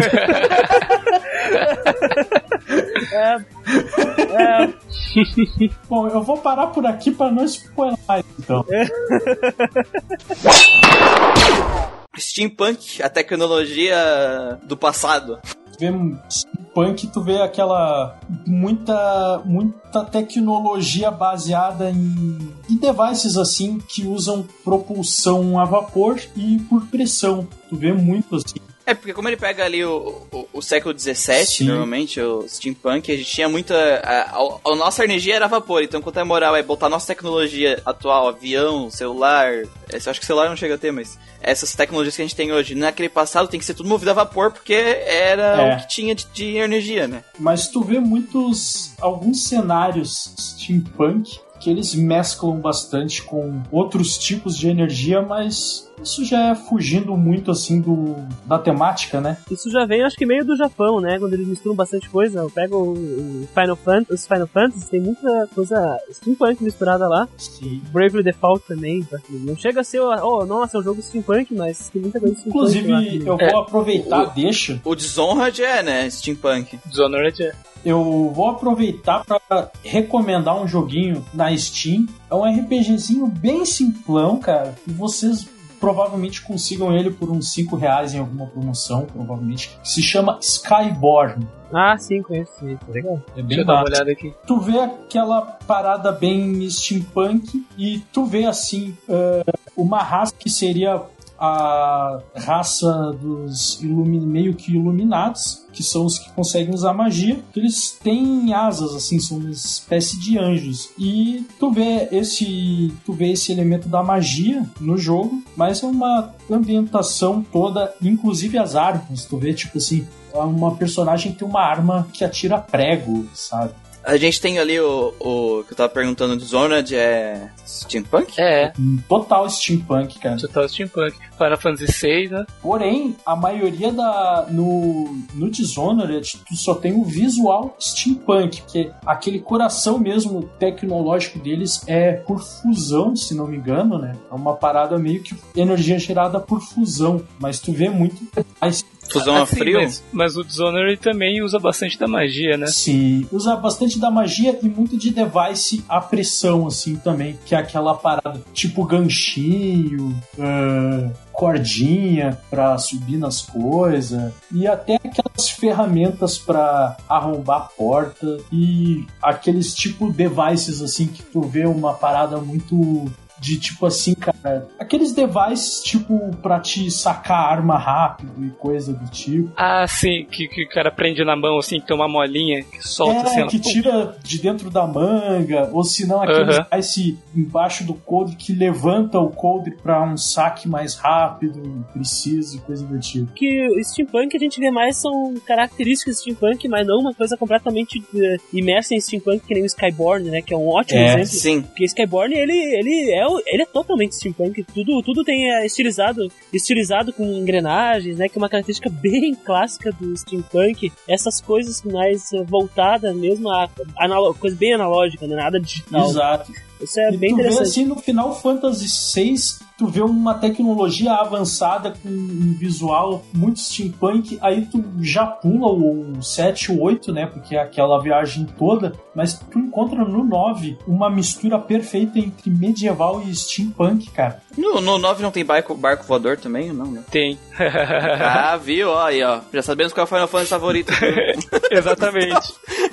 É... é... Bom, eu vou parar por aqui pra não spoiler mais, então. Steampunk, a tecnologia do passado. Tu vê steampunk, tu vê aquela muita, muita tecnologia baseada em, em devices assim que usam propulsão a vapor e por pressão. Tu vê muito assim. É, porque como ele pega ali o, o, o século dezessete, Sim. normalmente, o steampunk, a gente tinha muita... A, a, a nossa energia era vapor, então quanto é moral é botar a nossa tecnologia atual, avião, celular... Esse, eu acho que celular não chega a ter, mas... Essas tecnologias que a gente tem hoje, naquele passado tem que ser tudo movido a vapor, porque era é. o que tinha de, de energia, né? Mas tu vê muitos... alguns cenários steampunk que eles mesclam bastante com outros tipos de energia, mas isso já é fugindo muito, assim, do, da temática, né? Isso já vem, acho que meio do Japão, né? Quando eles misturam bastante coisa. Eu pego o Final Fantasy, os Final Fantasy, tem muita coisa steampunk misturada lá. Sim. Bravely Default também. Não chega a ser, oh, nossa, é um jogo steampunk, mas tem muita coisa steampunk. Inclusive, eu é, vou aproveitar, o, deixa. O Dishonored é, né? Steampunk. Dishonored é. Eu vou aproveitar para recomendar um joguinho na Steam. É um RPGzinho bem simplão, cara. E vocês provavelmente consigam ele por uns cinco reais em alguma promoção, provavelmente. Se chama Skyborn. Ah, sim, conheço. Tá legal. É bem Deixa eu dar uma olhada aqui. Tu vê aquela parada bem steampunk e tu vê, assim, uh, uma raça que seria a raça dos ilumi- meio que iluminados, que são os que conseguem usar magia, que eles têm asas, assim, são uma espécie de anjos. E tu vê esse, tu vê esse elemento da magia no jogo, mas é uma ambientação toda, inclusive as armas. Tu vê, tipo assim, uma personagem tem uma arma que atira prego, sabe? A gente tem ali o, o que eu tava perguntando do Dishonored, é steampunk? É. Total steampunk, cara. Total steampunk. Final Fantasy seis, né? Porém, a maioria da... No, no Dishonored, tu só tem o visual steampunk, porque aquele coração mesmo tecnológico deles é por fusão, se não me engano, né? É uma parada meio que energia gerada por fusão. Mas tu vê muito... Fusão a frio? Mas, mas o Dishonored também usa bastante da magia, né? Sim, usa bastante da magia e muito de device à pressão, assim, também. Que é aquela parada tipo ganchinho, uh, cordinha pra subir nas coisas. E até aquelas ferramentas pra arrombar a porta. E aqueles tipo devices, assim, que tu vê uma parada muito... de tipo assim, cara, aqueles devices tipo pra te sacar arma rápido e coisa do tipo. Ah, sim, que, que o cara prende na mão assim, que tem uma molinha que solta é, assim. É, que tira de dentro da manga, ou se não aquele uh-huh. device embaixo do coldre que levanta o coldre pra um saque mais rápido, preciso e coisa do tipo. Que o steampunk a gente vê mais são características de steampunk, mas não uma coisa completamente uh, imersa em steampunk que nem o Skyborn, né, que é um ótimo é, exemplo. Sim. Porque Skyborn, ele, ele é ele é totalmente steampunk, tudo, tudo tem é, estilizado, estilizado com engrenagens, né, que é uma característica bem clássica do steampunk, essas coisas mais voltadas mesmo a, a coisa bem analógica, né, nada digital. Exato. Isso é e bem tu interessante. vê assim no Final Fantasy seis, tu vê uma tecnologia avançada com um visual muito steampunk, aí tu já pula o sete, o oito, né, porque é aquela viagem toda, mas tu encontra no nove uma mistura perfeita entre medieval e steampunk, cara. No, no nove não tem barco, barco voador também? Não, né? Tem. Ah, viu? Ó, aí, ó. Já sabemos qual é o Final Fantasy favorito. Exatamente.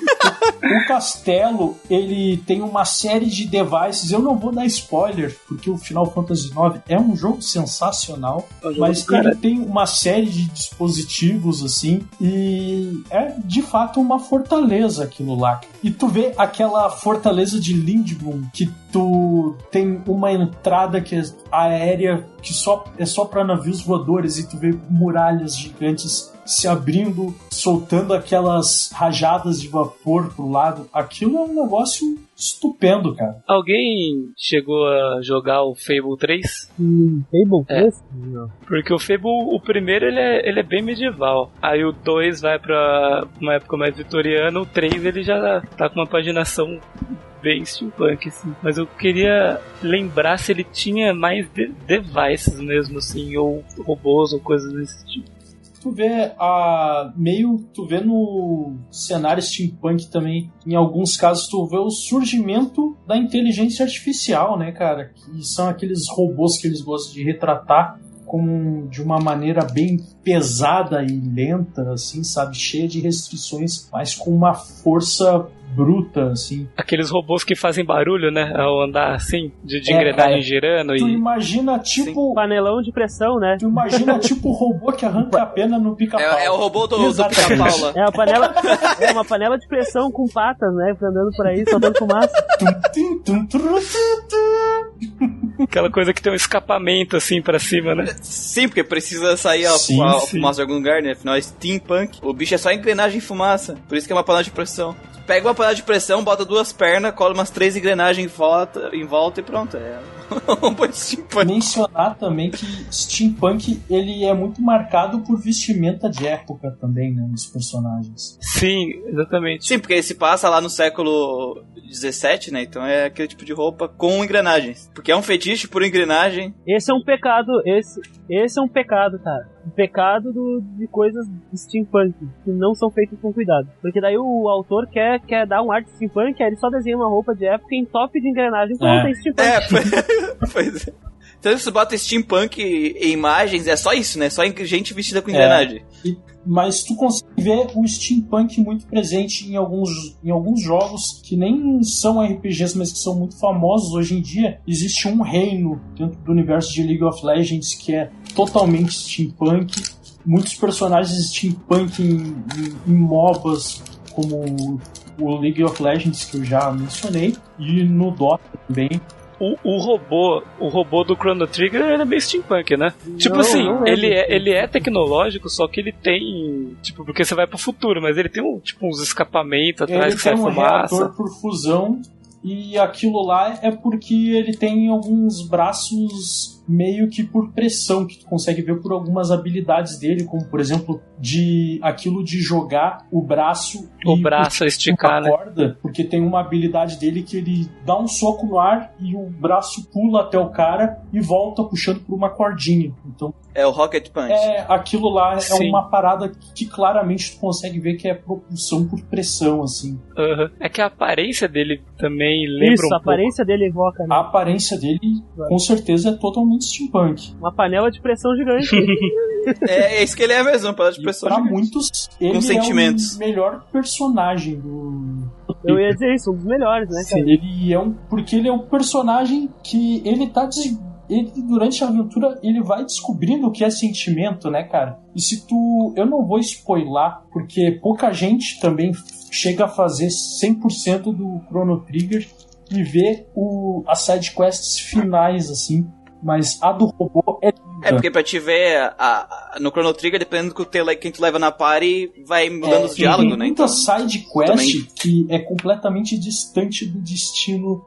O castelo, ele tem uma série de devices. Eu não vou dar spoiler, porque o Final Fantasy nove é um jogo sensacional, é um jogo mas ele tem uma série de dispositivos, assim, e é, de fato, uma fortaleza aquilo lá. E tu vê aquela fortaleza de Lindblum, que tu tem uma entrada que é aérea, que só, é só para navios voadores, e tu vê muralhas gigantes se abrindo, soltando aquelas rajadas de vapor pro lado. Aquilo é um negócio estupendo, cara. Alguém chegou a jogar o Fable três? Hum, Fable três? É. Não. Porque o Fable, o primeiro, ele é, ele é bem medieval. Aí o dois vai pra uma época mais vitoriana, o três ele já tá com uma paginação bem steampunk, assim. Mas eu queria lembrar se ele tinha mais de- devices mesmo, assim, ou robôs ou coisas desse tipo. Tu vê a meio, tu vê no cenário steampunk também, em alguns casos tu vê o surgimento da inteligência artificial, né, cara? Que são aqueles robôs que eles gostam de retratar, como de uma maneira bem pesada e lenta, assim, sabe? Cheia de restrições, mas com uma força bruta, assim. Aqueles robôs que fazem barulho, né? Ao andar assim, de, de É, engrenagem cara, girando. Tu e imagina, tipo... Sim. Panelão de pressão, né? Tu imagina, tipo, o robô que arranca a pena no pica-pau. É, é o robô do, do Exatamente. pica-pau lá. É uma panela, é uma panela de pressão com patas, né? Andando por aí, soltando fumaça. Tum, tum, tum, tum, tum. Aquela coisa que tem um escapamento assim pra cima, né? Sim, porque precisa sair a, Sim, a, a sim. fumaça de algum lugar, né? Afinal é steampunk. O bicho é só engrenagem e fumaça. Por isso que é uma panela de pressão. Pega uma panela de pressão, bota duas pernas, cola umas três engrenagens em volta, em volta e pronto. É um bom steampunk. Mencionar também que steampunk, ele é muito marcado por vestimenta de época também, né? Dos personagens. Sim, exatamente. Sim, porque ele se passa lá no século dezessete, né? Então é aquele tipo de roupa com engrenagens. Porque é um fetiche por engrenagem. Esse é um pecado, esse, esse é um pecado, cara. Um pecado do, de coisas de steampunk, que não são feitas com cuidado. Porque daí o autor quer, quer dar um ar de steampunk, aí ele só desenha uma roupa de época em top de engrenagem, então É. não tem steampunk. É, pois é. Então se você bota steampunk em imagens, é só isso, né? Só gente vestida com engrenagem. É. E, mas tu consegue ver o steampunk muito presente em alguns, em alguns jogos que nem são R P Gs, mas que são muito famosos hoje em dia. Existe um reino dentro do universo de League of Legends que é totalmente steampunk. Muitos personagens steampunk em, em, em MOBAs, como o League of Legends, que eu já mencionei, e no Dota também. O, o robô, o robô do Chrono Trigger, ele é meio steampunk, né? Não, tipo assim, não é ele, é, steampunk. ele é tecnológico, só que ele tem, tipo, porque você vai pro futuro, mas ele tem um, tipo, uns escapamentos atrás Ele que sai tem um fumaça. reator por fusão, e aquilo lá é porque ele tem alguns braços meio que por pressão, que tu consegue ver por algumas habilidades dele, como por exemplo, de aquilo de jogar o braço O e braço a puxar esticar, uma né? corda, porque tem uma habilidade dele que ele dá um soco no ar e o braço pula até o cara e volta puxando por uma cordinha. Então É o Rocket Punch. é, aquilo lá é Sim. uma parada que claramente tu consegue ver que é propulsão por pressão, assim. Uhum. É que a aparência dele também lembra Isso, um a aparência dele evoca, né? A aparência dele, com certeza, é totalmente steampunk. Uma panela de pressão gigante. É, é isso que ele é mesmo, uma panela de E pressão. pra gigante. muitos, ele Com sentimentos. é o melhor personagem do... Eu ia dizer isso, um dos melhores, né, cara? Ele é um... Porque ele é um personagem que ele tá... Des... Ele, durante a aventura, ele vai descobrindo o que é sentimento, né, cara? E se tu... Eu não vou spoiler, porque pouca gente também chega a fazer cem por cento do Chrono Trigger e ver o... as sidequests finais, assim. Mas a do robô é... É, porque pra te ver a, a- no Chrono Trigger, dependendo do que tu le- quem tu leva na party, vai mudando É, os diálogos, tem né? muita Então, side quest também- que é completamente distante do destino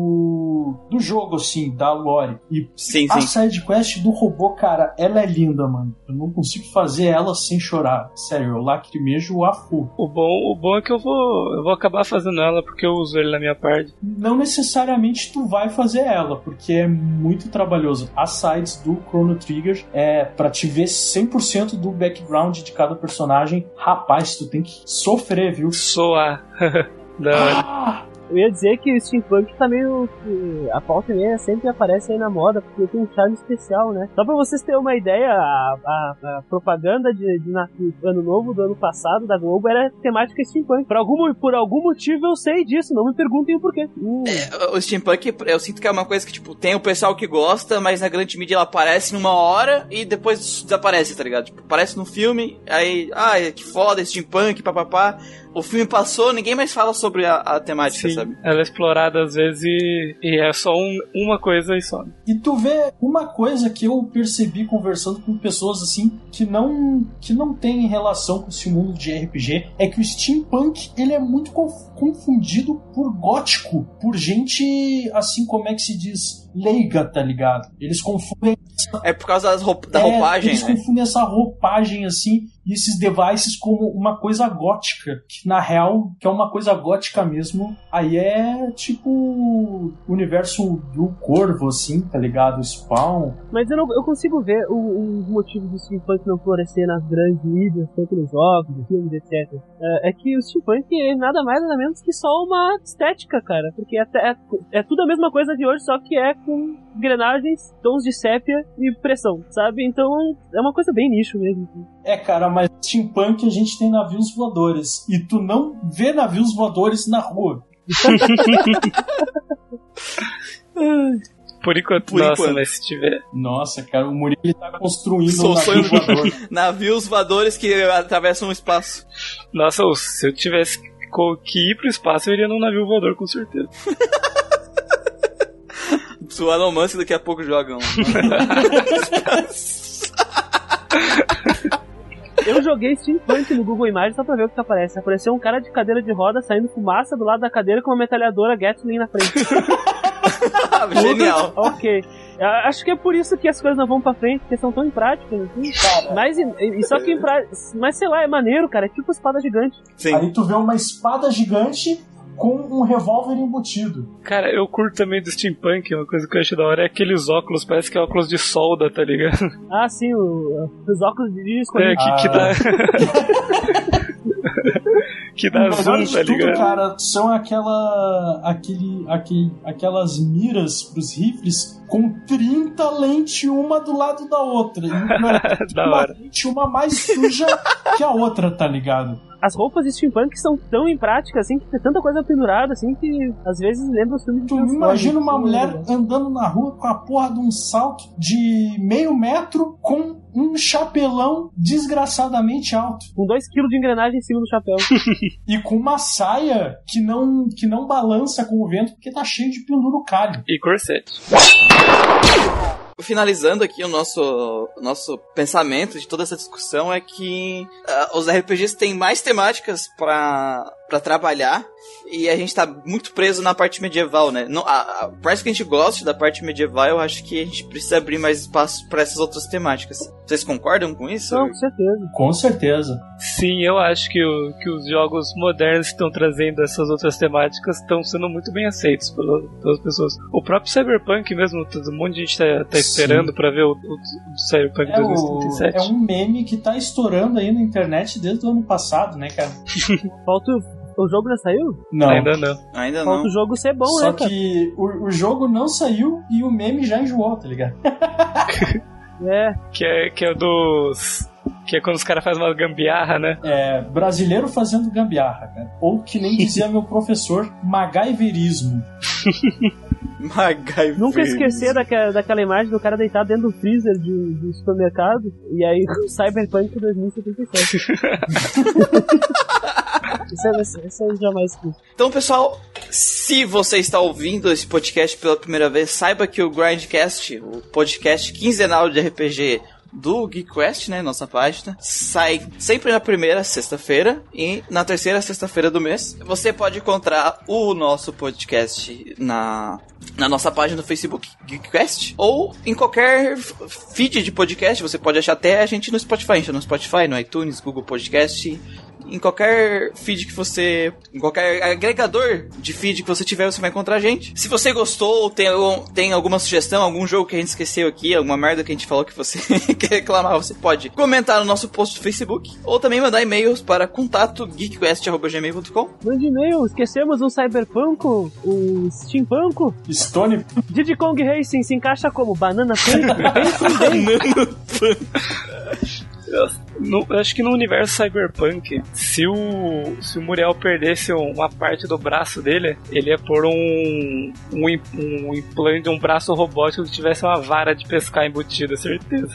do, do jogo, assim, da lore. E sim, a sim. side quest do robô, cara, ela é linda, mano. Eu não consigo fazer ela sem chorar. Sério, eu lacrimejo a full. O bom, o bom é que eu vou, eu vou acabar fazendo ela porque eu uso ele na minha parte. Não necessariamente tu vai fazer ela, porque é muito trabalhoso. As sides do Chrono Trigger é pra te ver cem por cento do background de cada personagem. Rapaz, tu tem que sofrer, viu? Soar. Da hora. Ah! Eu ia dizer que o steampunk tá meio... que a pauta e meia sempre aparece aí na moda, porque tem um charme especial, né? Só pra vocês terem uma ideia, a, a, a propaganda de, de, na- de Ano Novo do ano passado da Globo era temática steampunk. Por algum, por algum motivo eu sei disso, não me perguntem o porquê. Hum. O steampunk, eu sinto que é uma coisa que, tipo, tem o pessoal que gosta, mas na grande mídia ela aparece numa hora e depois desaparece, tá ligado? Tipo, aparece no filme, aí, ah, que foda, steampunk, papapá. O filme passou, ninguém mais fala sobre a, a temática, Sim, sabe? ela é explorada às vezes e, e é só um, uma coisa e só. E tu vê uma coisa que eu percebi conversando com pessoas assim que não que não tem relação com esse mundo de R P G, é que o steampunk ele é muito conf- confundido por gótico, por gente assim, como é que se diz, leiga, tá ligado? Eles confundem É por causa das roup- da é, roupagem, eles né? confundem essa roupagem assim e esses devices como uma coisa gótica, que na real que é uma coisa gótica mesmo. Aí é tipo o universo do Corvo, assim, tá ligado? Spawn. Mas eu, não, eu consigo ver o- os motivos do steampunk não florescer nas grandes mídias, tanto nos jogos, nos filmes, etcétera. É, é que o steampunk é nada mais nada menos que só uma estética, cara. Porque é, é, é tudo a mesma coisa de hoje, só que é com engrenagens, tons de sépia e pressão, sabe? Então é uma coisa bem nicho mesmo. É, cara, mas steampunk a gente tem navios voadores. E tu não vê navios voadores na rua. Por enquanto, Por nossa, enquanto. Mas se tiver... Nossa, cara, o Murilo ele tá construindo Sou um navio sonho- voador. Navios voadores que atravessam o espaço. Nossa, se eu tivesse que ir pro espaço, eu iria num navio voador, com certeza. O Anomance daqui a pouco jogam. Eu joguei Steampunk no Google Imagens só pra ver o que aparece. Apareceu um cara de cadeira de roda saindo fumaça do lado da cadeira com uma metralhadora Gatling na frente. Genial. Ok. Acho que é por isso que as coisas não vão pra frente, porque são tão impráticas, assim. Cara, Mas, e, e só que impra... Mas sei lá, é maneiro, cara. É tipo espada gigante. Sim. aí tu vê uma espada gigante com um revólver embutido. Cara, eu curto também do steampunk, uma coisa que eu acho da hora é aqueles óculos, parece que é óculos de solda, tá ligado? Ah, sim, o, os óculos de disco. É, que, que dá... que dá O melhor zoom, de tá tudo, ligado? cara, são aquela, aquele, aquele, aquelas miras pros rifles com trinta lentes uma do lado da outra. E, Da uma hora. lente, uma mais suja que a outra, tá ligado? As roupas de steampunk são tão impráticas, assim, que tem tanta coisa pendurada, assim, que às vezes lembra os filmes de Tu Transformers. imagina uma Sim, mulher né? andando na rua com a porra de um salto de meio metro com um chapelão desgraçadamente alto. Com dois quilos de engrenagem em cima do chapéu. E com uma saia que não, que não balança com o vento porque tá cheio de pendurucalho. E corset. Finalizando aqui o nosso, o nosso pensamento de toda essa discussão é que uh, os R P Gs têm mais temáticas pra, pra trabalhar e a gente tá muito preso na parte medieval, né? Não, a, a, parece que a gente gosta da parte medieval, eu acho que a gente precisa abrir mais espaço pra essas outras temáticas. Vocês concordam com isso? Não, com certeza. Com certeza. Sim, eu acho que, o, que os jogos modernos que estão trazendo essas outras temáticas estão sendo muito bem aceitos pela, pelas pessoas. O próprio Cyberpunk mesmo, todo mundo de gente tá, tá esperando pra ver o, o, o Cyberpunk É, dois mil e o, setenta e sete. é um meme que tá estourando aí na internet desde o ano passado, né, cara? Falta o... O jogo já saiu? Não. Ainda não. Ainda Falta não. o jogo ser bom, Só né, cara? que o, o jogo não saiu e o meme já enjoou, tá ligado? É. Que é, que é dos... Que é quando os caras fazem uma gambiarra, né? É, brasileiro fazendo gambiarra, cara. Ou que nem dizia meu professor, MacGyverismo. MacGyver. Nunca esquecer daquela, daquela imagem do cara deitado dentro do freezer de, de supermercado. E aí o Cyberpunk dois mil e setenta e sete. Isso é, isso é jamais esqueci. Então, pessoal, se você está ouvindo esse podcast pela primeira vez, saiba que o Grindcast, o podcast quinzenal de R P G do GeekQuest, né, nossa página, sai sempre na primeira sexta-feira e na terceira sexta-feira do mês. Você pode encontrar o nosso podcast na, na nossa página do Facebook, GeekQuest, ou em qualquer feed de podcast. Você pode achar até a gente no Spotify, a gente tá no Spotify, no iTunes, Google Podcast, em qualquer feed que você... Em qualquer agregador de feed que você tiver, você vai encontrar a gente. Se você gostou ou tem, algum, tem alguma sugestão, algum jogo que a gente esqueceu aqui, alguma merda que a gente falou que você quer reclamar, você pode comentar no nosso post do Facebook ou também mandar e-mails para contato geekquest arroba gmail ponto com. Mande e-mail, esquecemos um Cyberpunk, o Steampunk. Stone. Diddy Kong Racing se encaixa como Banana Punk? Bem, bem. Eu, no, eu acho que no universo Cyberpunk, se o, se o Muriel perdesse uma parte do braço dele, ele ia pôr um, um, im- um implante, um braço robótico que tivesse uma vara de pescar embutida, certeza.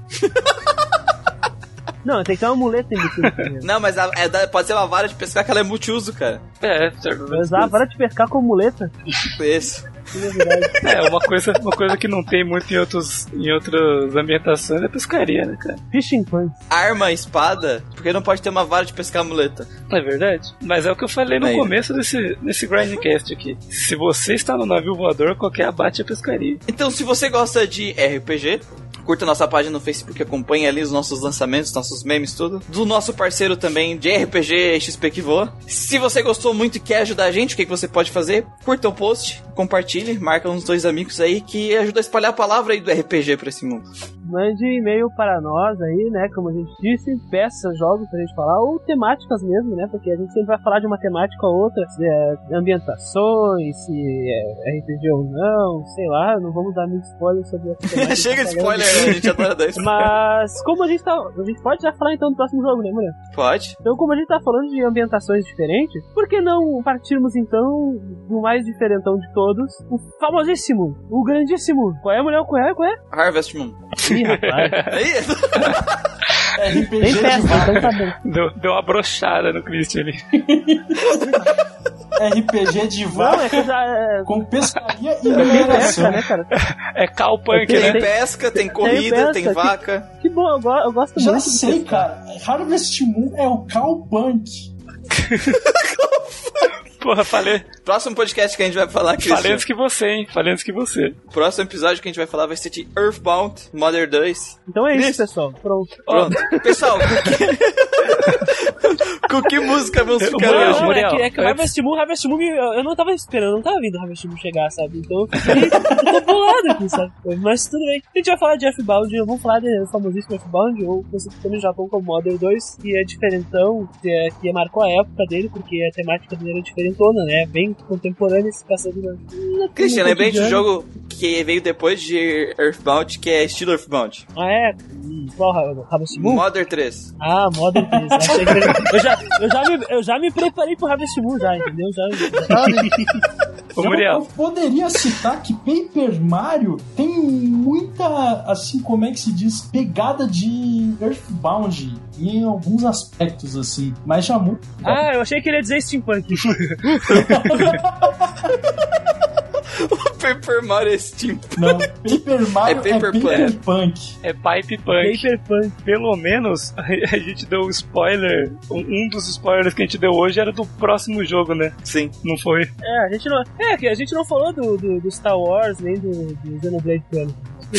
Não, tem que ter uma muleta embutida também. Não, mas a- é da- pode ser uma vara de pescar que ela é multiuso, cara. É, certo. Vai usar a vara de pescar como muleta. Isso. Que novidade. É, uma coisa, uma coisa que não tem muito em, outros, em outras ambientações é pescaria, né, cara? Fishing Punch. Arma, espada, porque não pode ter uma vara de pescar muleta. Não é verdade? Mas é o que eu falei no Aí. começo desse, desse Grindcast aqui. Se você está no navio voador, qualquer abate é pescaria. Então, se você gosta de R P G, curta nossa página no Facebook, acompanhe ali os nossos lançamentos, nossos memes, tudo. Do nosso parceiro também de R P G X P que voa. Se você gostou muito e quer ajudar a gente, o que, que você pode fazer? Curta o post, compartilhe, marca uns dois amigos aí que ajuda a espalhar a palavra aí do R P G pra esse mundo. mande e-mail para nós aí, né? Como a gente disse, peça jogos pra gente falar, ou temáticas mesmo, né? Porque a gente sempre vai falar de uma temática ou outra, se é ambientações, se é R P G ou não, sei lá, não vamos dar muito spoiler sobre essa temática. Chega de spoiler, né? A gente adora dar spoiler. Mas, como a gente tá. A gente pode já falar então do próximo jogo, né, mulher? Pode. Então, como a gente tá falando de ambientações diferentes, por que não partirmos então do mais diferentão de todos, o famosíssimo, o grandíssimo. Qual é, mulher? Qual é? Qual é? Harvest Moon. Ih, rapaz. Aí. R P G Tem de festa, vaca. então tá bom. Deu, deu uma brochada no Christian ali. R P G de Não, vaca é que já. É... com pescaria e Tem mineração. pesca, né, cara? É cowpunk, Tem né? Tem- pesca, tem corrida, tem, pesca, vaca. Que bom, eu, go- eu gosto Já muito de sei, pescar. cara. Harvest Moon é o cowpunk. Porra, falei, Próximo podcast que a gente vai falar, falei Christian. antes que você, hein? Falei antes que você. O próximo episódio que a gente vai falar vai ser de Earthbound Mother dois. Então é isso, Isso. pessoal. Pronto. Pronto. Pessoal, com que... com que música vamos ficar Muriel, hoje? Não, é Muriel, que, é que o antes- Harvest Moon, Harvest Moon, eu eu não tava esperando, eu não tava vendo o Harvest Moon chegar, sabe? Então eu fiquei, eu tô bolado aqui, sabe? Mas tudo bem. A gente vai falar de Earthbound, vamos falar do famosíssimo Earthbound, ou conhecido também no Japão como Mother dois, que é diferentão, que, é, que marcou a época dele, porque a temática dele era diferentona, né? Bem contemporânea, se passando na, na Christian, no lembrei de um cotidiano. jogo que veio depois de Earthbound, que é estilo Earthbound. Ah, é? Hum, Qual Harvest Moon? Mother três. Ah, Modern três. Achei que ele- eu, já, eu, já me, eu já me preparei pro Harvest Moon, já, entendeu? Já, já tava vendo. Ô, Eu, Muriel, eu poderia citar que Paper Mario tem muita, assim, como é que se diz, pegada de Earthbound em alguns aspectos, assim, mas já muito. Ah, eu achei que ele ia dizer steampunk. O Paper Mario é Steam. Não, Paper Mario É é Paper Paper, Punk. é pipe punk. Paperpunk. Pelo menos a gente deu um spoiler. Um um dos spoilers que a gente deu hoje era do próximo jogo, né? Sim. Não foi? É, a gente não. É, que a gente não falou do, do, do Star Wars, nem do, do Xenoblade Chronicles.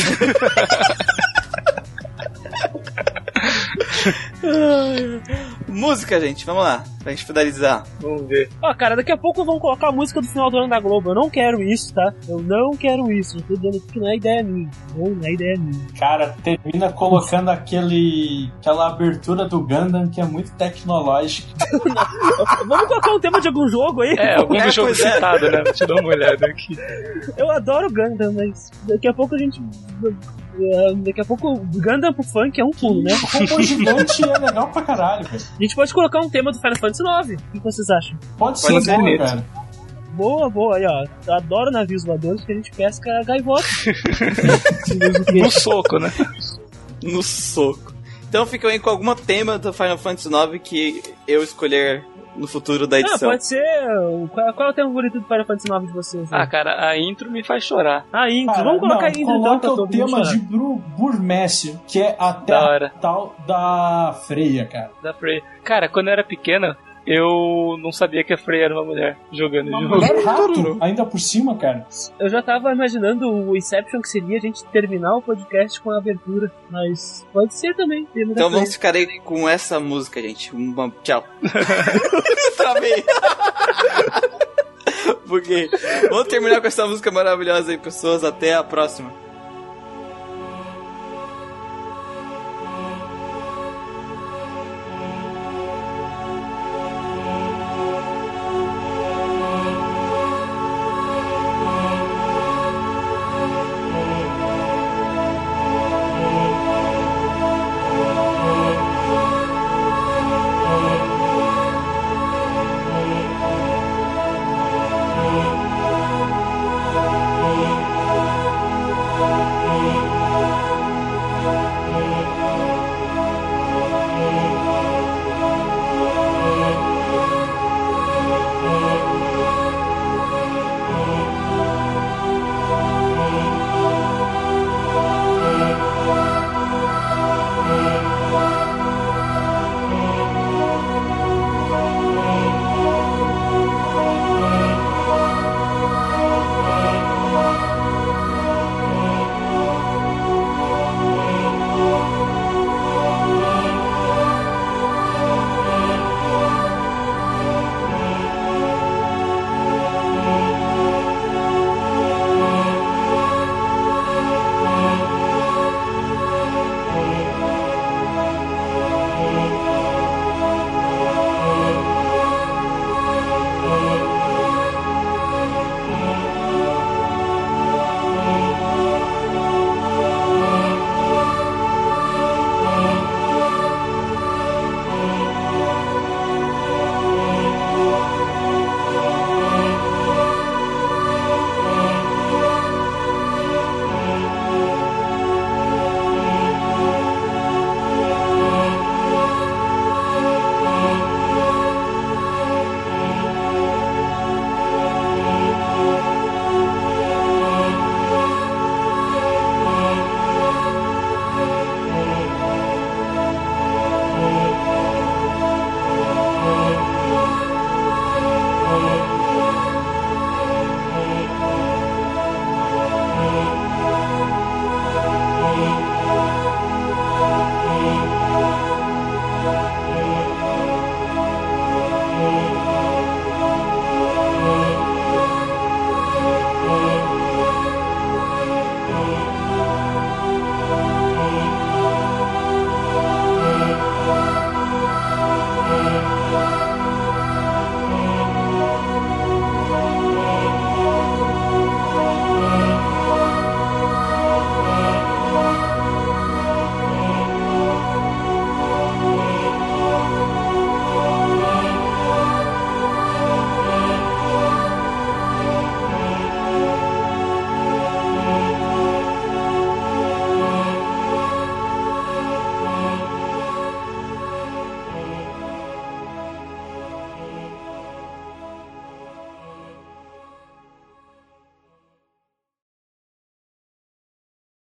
Música, gente, vamos lá. Pra gente finalizar. Vamos ver. Ó, cara, daqui a pouco vão colocar a música do final do ano da Globo. Eu não quero isso, tá? Eu não quero isso. Eu tô dizendo que não é ideia minha. Não, não é ideia minha. Cara, termina colocando aquele, aquela abertura do Gundam que é muito tecnológica. Vamos colocar um tema de algum jogo aí? É, algum É, dos jogos pois é. citados, né? Deixa eu dar uma olhada aqui. Eu adoro Gundam, mas daqui a pouco a gente. é, Daqui a pouco o Gundam pro funk é um pulo, né? O robô gigante é legal pra caralho, velho. A gente pode colocar um tema do Final Fantasy nove. O que vocês acham? Pode Pode ser ser bom, bonito. cara. Boa, boa. Aí, ó. Eu adoro navios voadores que a gente pesca gaivota. No soco, né? No soco. Então ficam aí com algum tema do Final Fantasy nove que eu escolher no futuro da Ah, edição. pode ser. Qual, qual é o tema favorito do Final Fantasy nove de vocês? Né? Ah, cara, a intro me faz chorar. Ah, intro. Cara, Vamos colocar não, intro então coloca pra o todo mundo tema chorar. de Bru- Burmesse, que é a Da terra hora. tal da Freya, cara. Da Frey. Cara, quando eu era pequena, eu não sabia que a Frey era uma mulher jogando o Uma jogo. mulher rato, ainda por cima, cara. Eu já tava imaginando o Inception que seria a gente terminar o podcast com a abertura. Mas pode ser também. Tema da Então Frey. vamos ficar aí com essa música, gente. Uma... Tchau. Travei. Buguei. Vamos terminar com essa música maravilhosa aí, pessoas. Até a próxima.